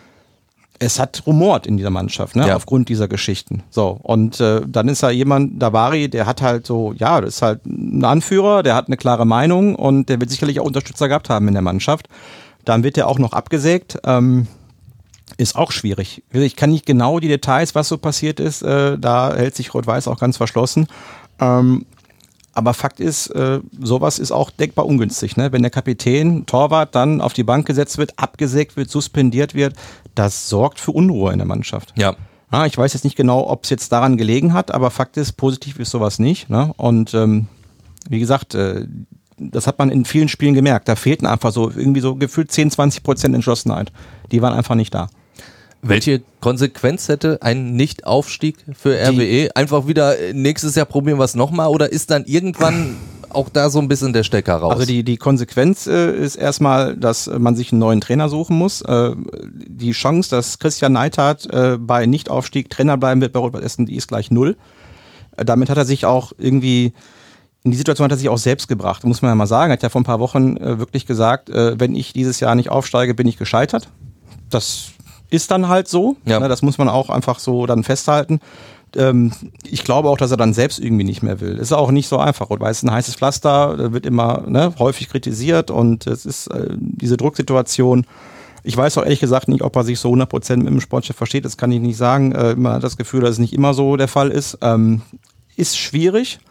es hat rumort in dieser Mannschaft, ne? Ja. Aufgrund dieser Geschichten. So, und äh, dann ist da jemand, Davari, der hat halt so, ja, das ist halt ein Anführer, der hat eine klare Meinung und der wird sicherlich auch Unterstützer gehabt haben in der Mannschaft. Dann wird er auch noch abgesägt. Ähm, ist auch schwierig. Ich kann nicht genau die Details, was so passiert ist, äh, da hält sich Rot-Weiß auch ganz verschlossen. Ähm, aber Fakt ist, äh, sowas ist auch denkbar ungünstig. Ne? Wenn der Kapitän, Torwart dann auf die Bank gesetzt wird, abgesägt wird, suspendiert wird, das sorgt für Unruhe in der Mannschaft. Ja. Ja, ich weiß jetzt nicht genau, ob es jetzt daran gelegen hat, aber Fakt ist, positiv ist sowas nicht. Ne? Und ähm, wie gesagt, äh, das hat man in vielen Spielen gemerkt. Da fehlten einfach so irgendwie so gefühlt zehn, zwanzig Prozent Entschlossenheit. Die waren einfach nicht da. Welche Konsequenz hätte ein Nicht-Aufstieg für R W E? Einfach wieder nächstes Jahr probieren wir es nochmal oder ist dann irgendwann auch da so ein bisschen der Stecker raus? Also die, die Konsequenz äh, ist erstmal, dass man sich einen neuen Trainer suchen muss. Äh, die Chance, dass Christian Neidhardt äh, bei Nicht-Aufstieg Trainer bleiben wird bei Rot-Weiß Essen, die ist gleich null. Äh, damit hat er sich auch irgendwie, in die Situation hat er sich auch selbst gebracht, muss man ja mal sagen. Er hat ja vor ein paar Wochen äh, wirklich gesagt, äh, wenn ich dieses Jahr nicht aufsteige, bin ich gescheitert. Das ist dann halt so. Ja. Ne, das muss man auch einfach so dann festhalten. Ähm, ich glaube auch, dass er dann selbst irgendwie nicht mehr will. Ist auch nicht so einfach. Rot-Weiß ist ein heißes Pflaster, da wird immer ne, häufig kritisiert und es ist äh, diese Drucksituation. Ich weiß auch ehrlich gesagt nicht, ob er sich so hundert Prozent mit dem Sportchef versteht, das kann ich nicht sagen. Äh, man hat das Gefühl, dass es nicht immer so der Fall ist. Ähm, ist schwierig.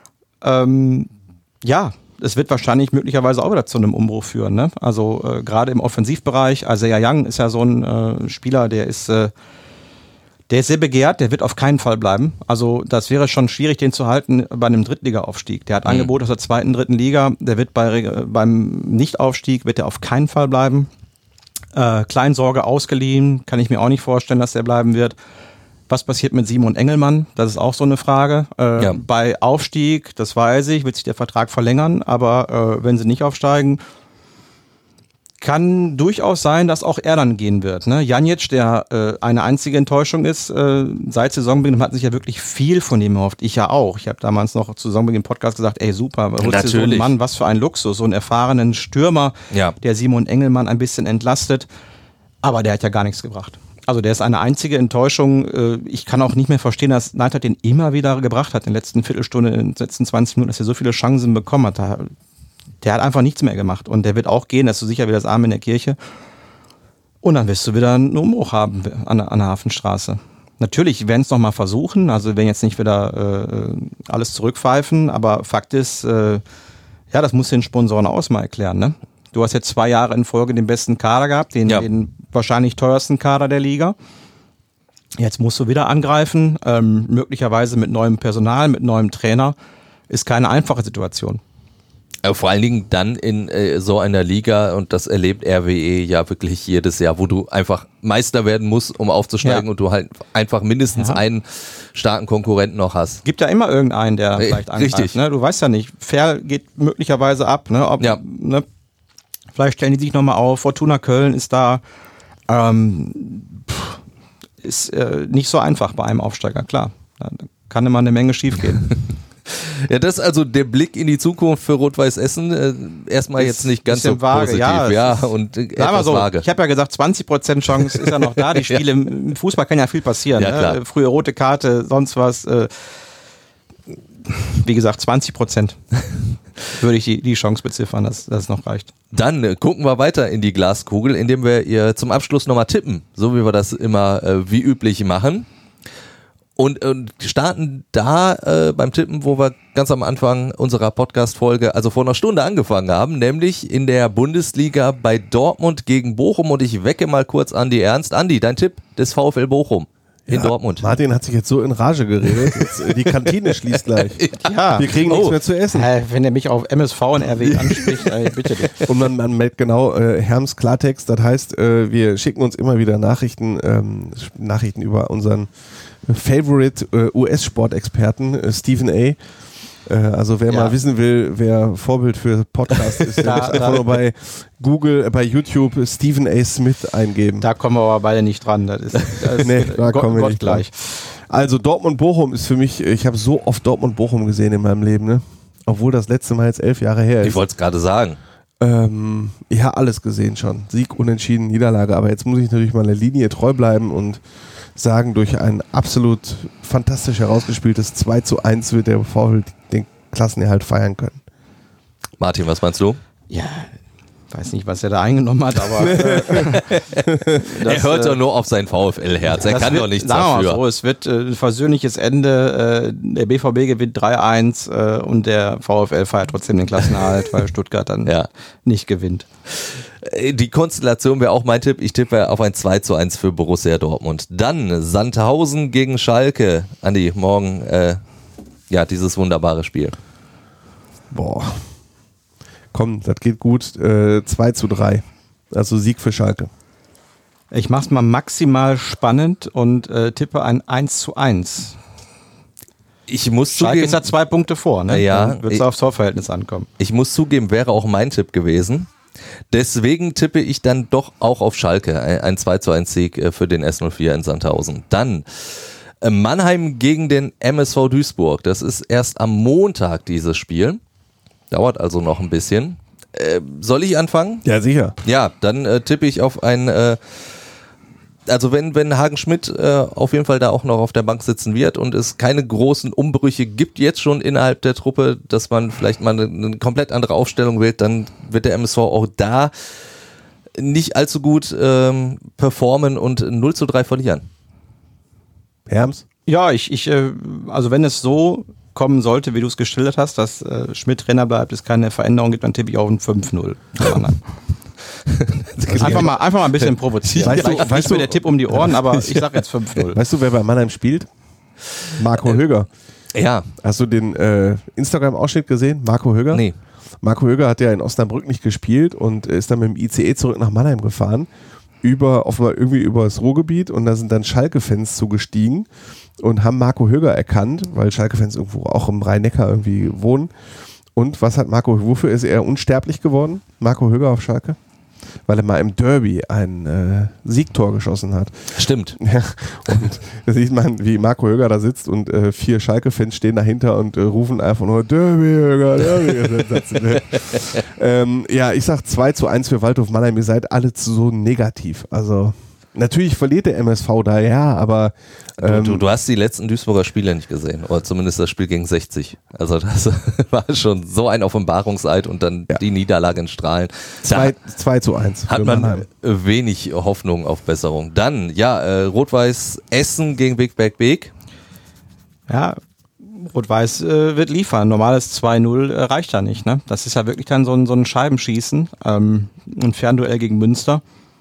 Ähm, ja, es wird wahrscheinlich möglicherweise auch wieder zu einem Umbruch führen. Ne? Also äh, gerade im Offensivbereich, Isaiah Young ist ja so ein äh, Spieler, der ist, äh, der ist sehr begehrt, der wird auf keinen Fall bleiben. Also das wäre schon schwierig, den zu halten bei einem Drittliga-Aufstieg. Der hat mhm. Angebot aus der zweiten, dritten Liga, der wird bei, äh, beim Nichtaufstieg wird er auf keinen Fall bleiben. Äh, Kleinsorge ausgeliehen, kann ich mir auch nicht vorstellen, dass der bleiben wird. Was passiert mit Simon Engelmann? Das ist auch so eine Frage. Äh, ja. Bei Aufstieg, das weiß ich, wird sich der Vertrag verlängern, aber äh, wenn sie nicht aufsteigen, kann durchaus sein, dass auch er dann gehen wird. Ne? Janic, der äh, eine einzige Enttäuschung ist, äh, seit Saisonbeginn hat sich ja wirklich viel von ihm erhofft. Ich ja auch. Ich habe damals noch zu Saisonbeginn im Podcast gesagt, ey super, holst dir so einen Mann, was für ein Luxus, so einen erfahrenen Stürmer, ja. der Simon Engelmann ein bisschen entlastet. Aber der hat ja gar nichts gebracht. Also der ist eine einzige Enttäuschung. Ich kann auch nicht mehr verstehen, dass Neidhardt den immer wieder gebracht hat in der letzten Viertelstunde, in den letzten zwanzig Minuten, dass er so viele Chancen bekommen hat. Der hat einfach nichts mehr gemacht und der wird auch gehen, das ist so sicher wie das Arm in der Kirche. Und dann wirst du wieder einen Umbruch haben an der, an der Hafenstraße. Natürlich werden es noch mal versuchen, also werden jetzt nicht wieder äh, alles zurückpfeifen, aber Fakt ist, äh, ja, das muss den Sponsoren aus mal erklären, ne? Du hast jetzt zwei Jahre in Folge den besten Kader gehabt, den, ja. den wahrscheinlich teuersten Kader der Liga. Jetzt musst du wieder angreifen, ähm, möglicherweise mit neuem Personal, mit neuem Trainer. Ist keine einfache Situation. Vor allen Dingen dann in äh, so einer Liga, und das erlebt R W E ja wirklich jedes Jahr, wo du einfach Meister werden musst, um aufzusteigen, ja. und du halt einfach mindestens ja. einen starken Konkurrenten noch hast. Gibt ja immer irgendeinen, der äh, vielleicht angreift. Richtig. Ne? Du weißt ja nicht, Ferl geht möglicherweise ab. Ne? Ob, ja. ne? Vielleicht stellen die sich nochmal auf, Fortuna Köln ist da. Ähm, pff, ist äh, nicht so einfach bei einem Aufsteiger, klar. Da kann immer eine Menge schief gehen. Ja, das ist also der Blick in die Zukunft für Rot-Weiß Essen. Äh, erstmal jetzt nicht ganz so vage, positiv. Ja, ja und äh, etwas so, vage. Ich habe ja gesagt, zwanzig Prozent Chance ist ja noch da. Die Spiele ja. im Fußball kann ja viel passieren. Ja, klar. Ne? Frühe rote Karte, sonst was. Äh, wie gesagt, zwanzig Prozent würde ich die, die Chance beziffern, dass das noch reicht. Dann äh, gucken wir weiter in die Glaskugel, indem wir ihr zum Abschluss nochmal tippen, so wie wir das immer äh, wie üblich machen. Und, und starten da äh, beim Tippen, wo wir ganz am Anfang unserer Podcast-Folge, also vor einer Stunde angefangen haben, nämlich in der Bundesliga bei Dortmund gegen Bochum. Und ich wecke mal kurz Andi Ernst. Andi, dein Tipp des VfL Bochum in ja, Dortmund. Martin hat sich jetzt so in Rage geredet. Jetzt, äh, die Kantine schließt gleich. Ja. Wir kriegen Oh. nichts mehr zu essen. Äh, wenn er mich auf M S V und R W anspricht, äh, bitte. Und man, man merkt genau, äh, Herms Klartext, das heißt, äh, wir schicken uns immer wieder Nachrichten, ähm, Nachrichten über unseren Favorite äh, U S-Sportexperten, äh, Stephen A. Äh, also wer Ja. mal wissen will, wer Vorbild für Podcast ist, der Da- muss einfach da- nur bei Google, äh, bei YouTube Stephen A. Smith eingeben. Da kommen wir aber beide nicht dran. Das ist, das ist Nee, da Gott, kommen wir Gott nicht gleich. Also Dortmund-Bochum ist für mich, ich habe so oft Dortmund-Bochum gesehen in meinem Leben, ne? Obwohl das letzte Mal jetzt elf Jahre her ist. Ich wollte es gerade sagen. Ähm, ja, alles gesehen schon. Sieg, Unentschieden, Niederlage. Aber jetzt muss ich natürlich meiner Linie treu bleiben und sagen, durch ein absolut fantastisch herausgespieltes zwei zu eins wird der VfL den Klassenerhalt feiern können. Martin, was meinst du? Ja, weiß nicht, was er da eingenommen hat, aber äh, Er hört doch nur auf sein VfL-Herz. Er das kann wird, doch nichts sagen wir mal dafür. so, es wird äh, ein versöhnliches Ende. Äh, der B V B gewinnt drei eins äh, und der VfL feiert trotzdem den Klassenerhalt, weil Stuttgart dann Ja. nicht gewinnt. Die Konstellation wäre auch mein Tipp. Ich tippe auf ein zwei zu eins für Borussia Dortmund. Dann Sandhausen gegen Schalke. Andi, morgen äh, ja dieses wunderbare Spiel. Boah. Komm, das geht gut. Äh, zwei zu drei. Also Sieg für Schalke. Ich mach's mal maximal spannend und äh, tippe ein eins zu eins. Ich muss Schalke zugeben, ist ja zwei Punkte vor, ne? Ja, Dann wird es ich- aufs Torverhältnis ankommen. ich muss zugeben, wäre auch mein Tipp gewesen. Deswegen tippe ich dann doch auch auf Schalke. Ein, ein zwei zu eins Sieg äh, für den S null vier in Sandhausen. Dann äh, Mannheim gegen den M S V Duisburg. Das ist erst am Montag dieses Spiel. Dauert also noch ein bisschen. Äh, soll ich anfangen? Ja, sicher. Ja, dann äh, tippe ich auf ein, äh, also wenn, wenn Hagen Schmidt äh, auf jeden Fall da auch noch auf der Bank sitzen wird und es keine großen Umbrüche gibt jetzt schon innerhalb der Truppe, dass man vielleicht mal eine, eine komplett andere Aufstellung wählt, dann wird der M S V auch da nicht allzu gut ähm, performen und null zu drei verlieren. Herms? Ja, ich, ich, äh, also wenn es so kommen sollte, wie du es geschildert hast, dass äh, Schmidt Trainer bleibt, es keine Veränderung gibt, dann tippe ich auf ein fünf null. einfach, mal, einfach mal ein bisschen provozieren. Weißt du- Vielleicht weißt weißt mir du- der Tipp um die Ohren, aber ich sag jetzt fünf null. Weißt du, wer bei Mannheim spielt? Marco Höger. Ja, Hast du den äh, Instagram-Ausschnitt gesehen? Marco Höger? nee. Marco Höger hat ja in Osnabrück nicht gespielt und ist dann mit dem I C E zurück nach Mannheim gefahren. Über, offenbar irgendwie über das Ruhrgebiet, und da sind dann Schalke-Fans zugestiegen und haben Marco Höger erkannt, weil Schalke-Fans irgendwo auch im Rhein-Neckar irgendwie wohnen. Und was hat Marco, wofür ist er unsterblich geworden? Marco Höger auf Schalke? Weil er mal im Derby ein äh, Siegtor geschossen hat. Stimmt. Ja, und da sieht man, wie Marco Höger da sitzt und äh, vier Schalke-Fans stehen dahinter und äh, rufen einfach nur Derby Höger, Derby. ähm, ja, ich sag zwei zu eins für Waldhof Mannheim. Ihr seid alle zu so negativ. Also natürlich verliert der M S V da, ja, aber ähm, Du, du hast die letzten Duisburger Spiele nicht gesehen, oder zumindest das Spiel gegen sechzig. Also das war schon so ein Offenbarungseid und dann Ja. die Niederlage in Strahlen. zwei, zwei zu eins Hat für man Mannheim. wenig Hoffnung auf Besserung. Dann, ja, äh, Rot-Weiß Essen gegen Big Back Beek. Ja, Rot-Weiß äh, wird liefern. Normales zwei null äh, reicht da nicht. Ne? Das ist ja wirklich dann so ein, so ein Scheibenschießen. Ähm, ein Fernduell gegen Münster.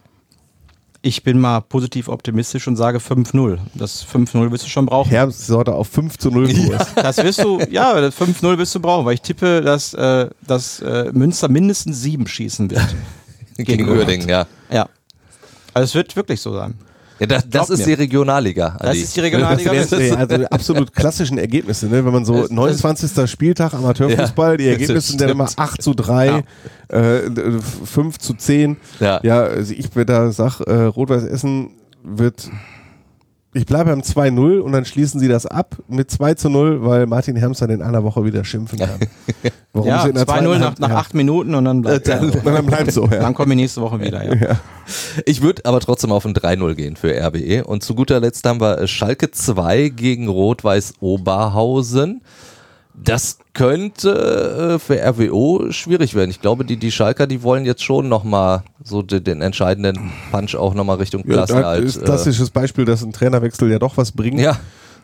Ich bin mal positiv optimistisch und sage fünf null. Das fünf null wirst du schon brauchen. Herms sollte auf fünf zu null Kurs. Das wirst du, ja, das fünf null wirst du brauchen, weil ich tippe, dass, äh, dass äh, Münster mindestens sieben schießen wird. Gegen Uerdingen, ja. Ja. Also es wird wirklich so sein. ja das das Glaub ist mir. die Regionalliga. Das Adi. ist die Regionalliga. Das wären ja, also absolut klassischen Ergebnisse, ne? Wenn man so Das- neunundzwanzigster Spieltag Amateurfußball, die Ja, Ergebnisse sind dann stimmt. immer acht zu drei, äh, fünf zu zehn. Ja. Ja, also ich würde da sag, äh, Rot-Weiß Essen wird, ich bleibe beim zwei null und dann schließen sie das ab mit zwei zu null, weil Martin Herms dann in einer Woche wieder schimpfen kann. Warum Ja, sie in der zwei null zweiten nach, Halb- nach ja. acht Minuten und dann bleibt Dann- ja. Dann bleibt so, ja. Dann kommen wir nächste Woche wieder. Ja. Ich würde aber trotzdem auf ein drei null gehen für R B E. Und zu guter Letzt haben wir Schalke zwei gegen Rot-Weiß Oberhausen. Das könnte äh, für R W O schwierig werden. Ich glaube, die, die Schalker, die wollen jetzt schon nochmal so den, den entscheidenden Punch auch nochmal Richtung Ja, das Klassenerhalt. ist ein klassisches Beispiel, dass ein Trainerwechsel ja doch was bringt. Ja,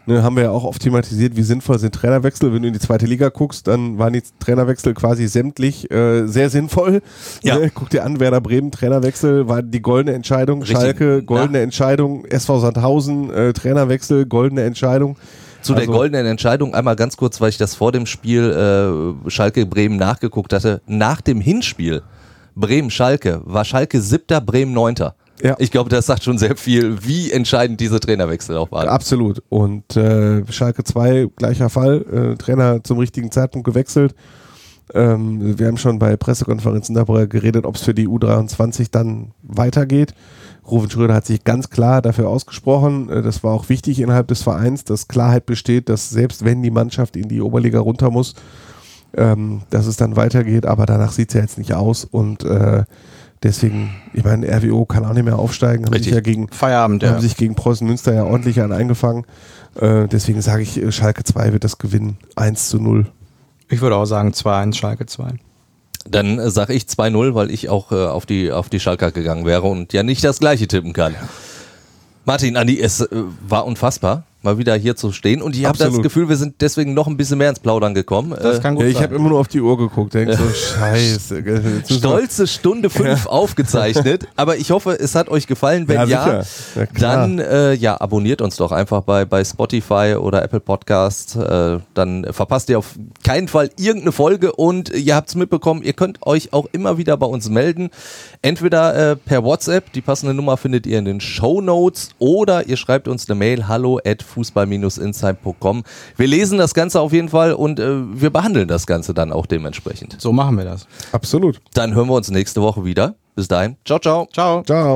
Ne, haben wir ja auch oft thematisiert, wie sinnvoll sind Trainerwechsel. Wenn du in die zweite Liga guckst, dann waren die Trainerwechsel quasi sämtlich äh, sehr sinnvoll. Ja. Ne, guck dir an, Werder Bremen, Trainerwechsel war die goldene Entscheidung. Richtig. Schalke, goldene Na. Entscheidung. S V Sandhausen, äh, Trainerwechsel, goldene Entscheidung. Zu Also- der goldenen Entscheidung einmal ganz kurz, weil ich das vor dem Spiel äh, Schalke-Bremen nachgeguckt hatte. Nach dem Hinspiel Bremen-Schalke war Schalke siebter, Bremen neunter. Ja. Ich glaube, das sagt schon sehr viel, wie entscheidend diese Trainerwechsel auch waren. Absolut. Und äh, Schalke zwei, gleicher Fall. Äh, Trainer zum richtigen Zeitpunkt gewechselt. Ähm, wir haben schon bei Pressekonferenzen darüber geredet, ob es für die U dreiundzwanzig dann weitergeht. Ruven Schröder hat sich ganz klar dafür ausgesprochen. Äh, das war auch wichtig innerhalb des Vereins, dass Klarheit besteht, dass selbst wenn die Mannschaft in die Oberliga runter muss, ähm, dass es dann weitergeht. Aber danach sieht es ja jetzt nicht aus. Und äh, deswegen, ich meine, R W O kann auch nicht mehr aufsteigen. Haben sich Richtig. ja gegen Feierabend, haben ja. sich gegen Preußen Münster ja ordentlich an eingefangen. Äh, deswegen sage ich, äh, Schalke zwei wird das gewinnen. eins zu null. Ich würde auch sagen zwei eins Schalke zwei. Dann äh, sage ich zwei null, weil ich auch äh, auf die auf die Schalker gegangen wäre und ja nicht das gleiche tippen kann. Martin, Andi, es äh, war unfassbar, mal wieder hier zu stehen und ich habe das Absolut. Gefühl, wir sind deswegen noch ein bisschen mehr ins Plaudern gekommen. Das Äh, kann gut Ja, ich sein. habe immer nur auf die Uhr geguckt, denk so, scheiße. gell, jetzt müssen wir- Stolze Stunde fünf aufgezeichnet, aber ich hoffe, es hat euch gefallen. Wenn Ja, ja, sicher. Ja, klar. dann äh, ja, abonniert uns doch einfach bei, bei Spotify oder Apple Podcasts. Äh, dann verpasst ihr auf keinen Fall irgendeine Folge und ihr habt es mitbekommen, ihr könnt euch auch immer wieder bei uns melden. Entweder äh, per WhatsApp, die passende Nummer findet ihr in den Shownotes, oder ihr schreibt uns eine Mail, hallo at fußball insight punkt com. Wir lesen das Ganze auf jeden Fall und äh, wir behandeln das Ganze dann auch dementsprechend. So machen wir das. Absolut. Dann hören wir uns nächste Woche wieder. Bis dahin. Ciao, ciao. Ciao. Ciao.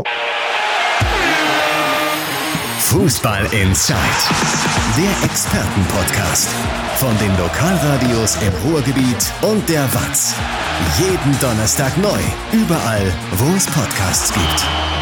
Fußball Inside, der Expertenpodcast von den Lokalradios im Ruhrgebiet und der W A Z. Jeden Donnerstag neu, überall, wo es Podcasts gibt.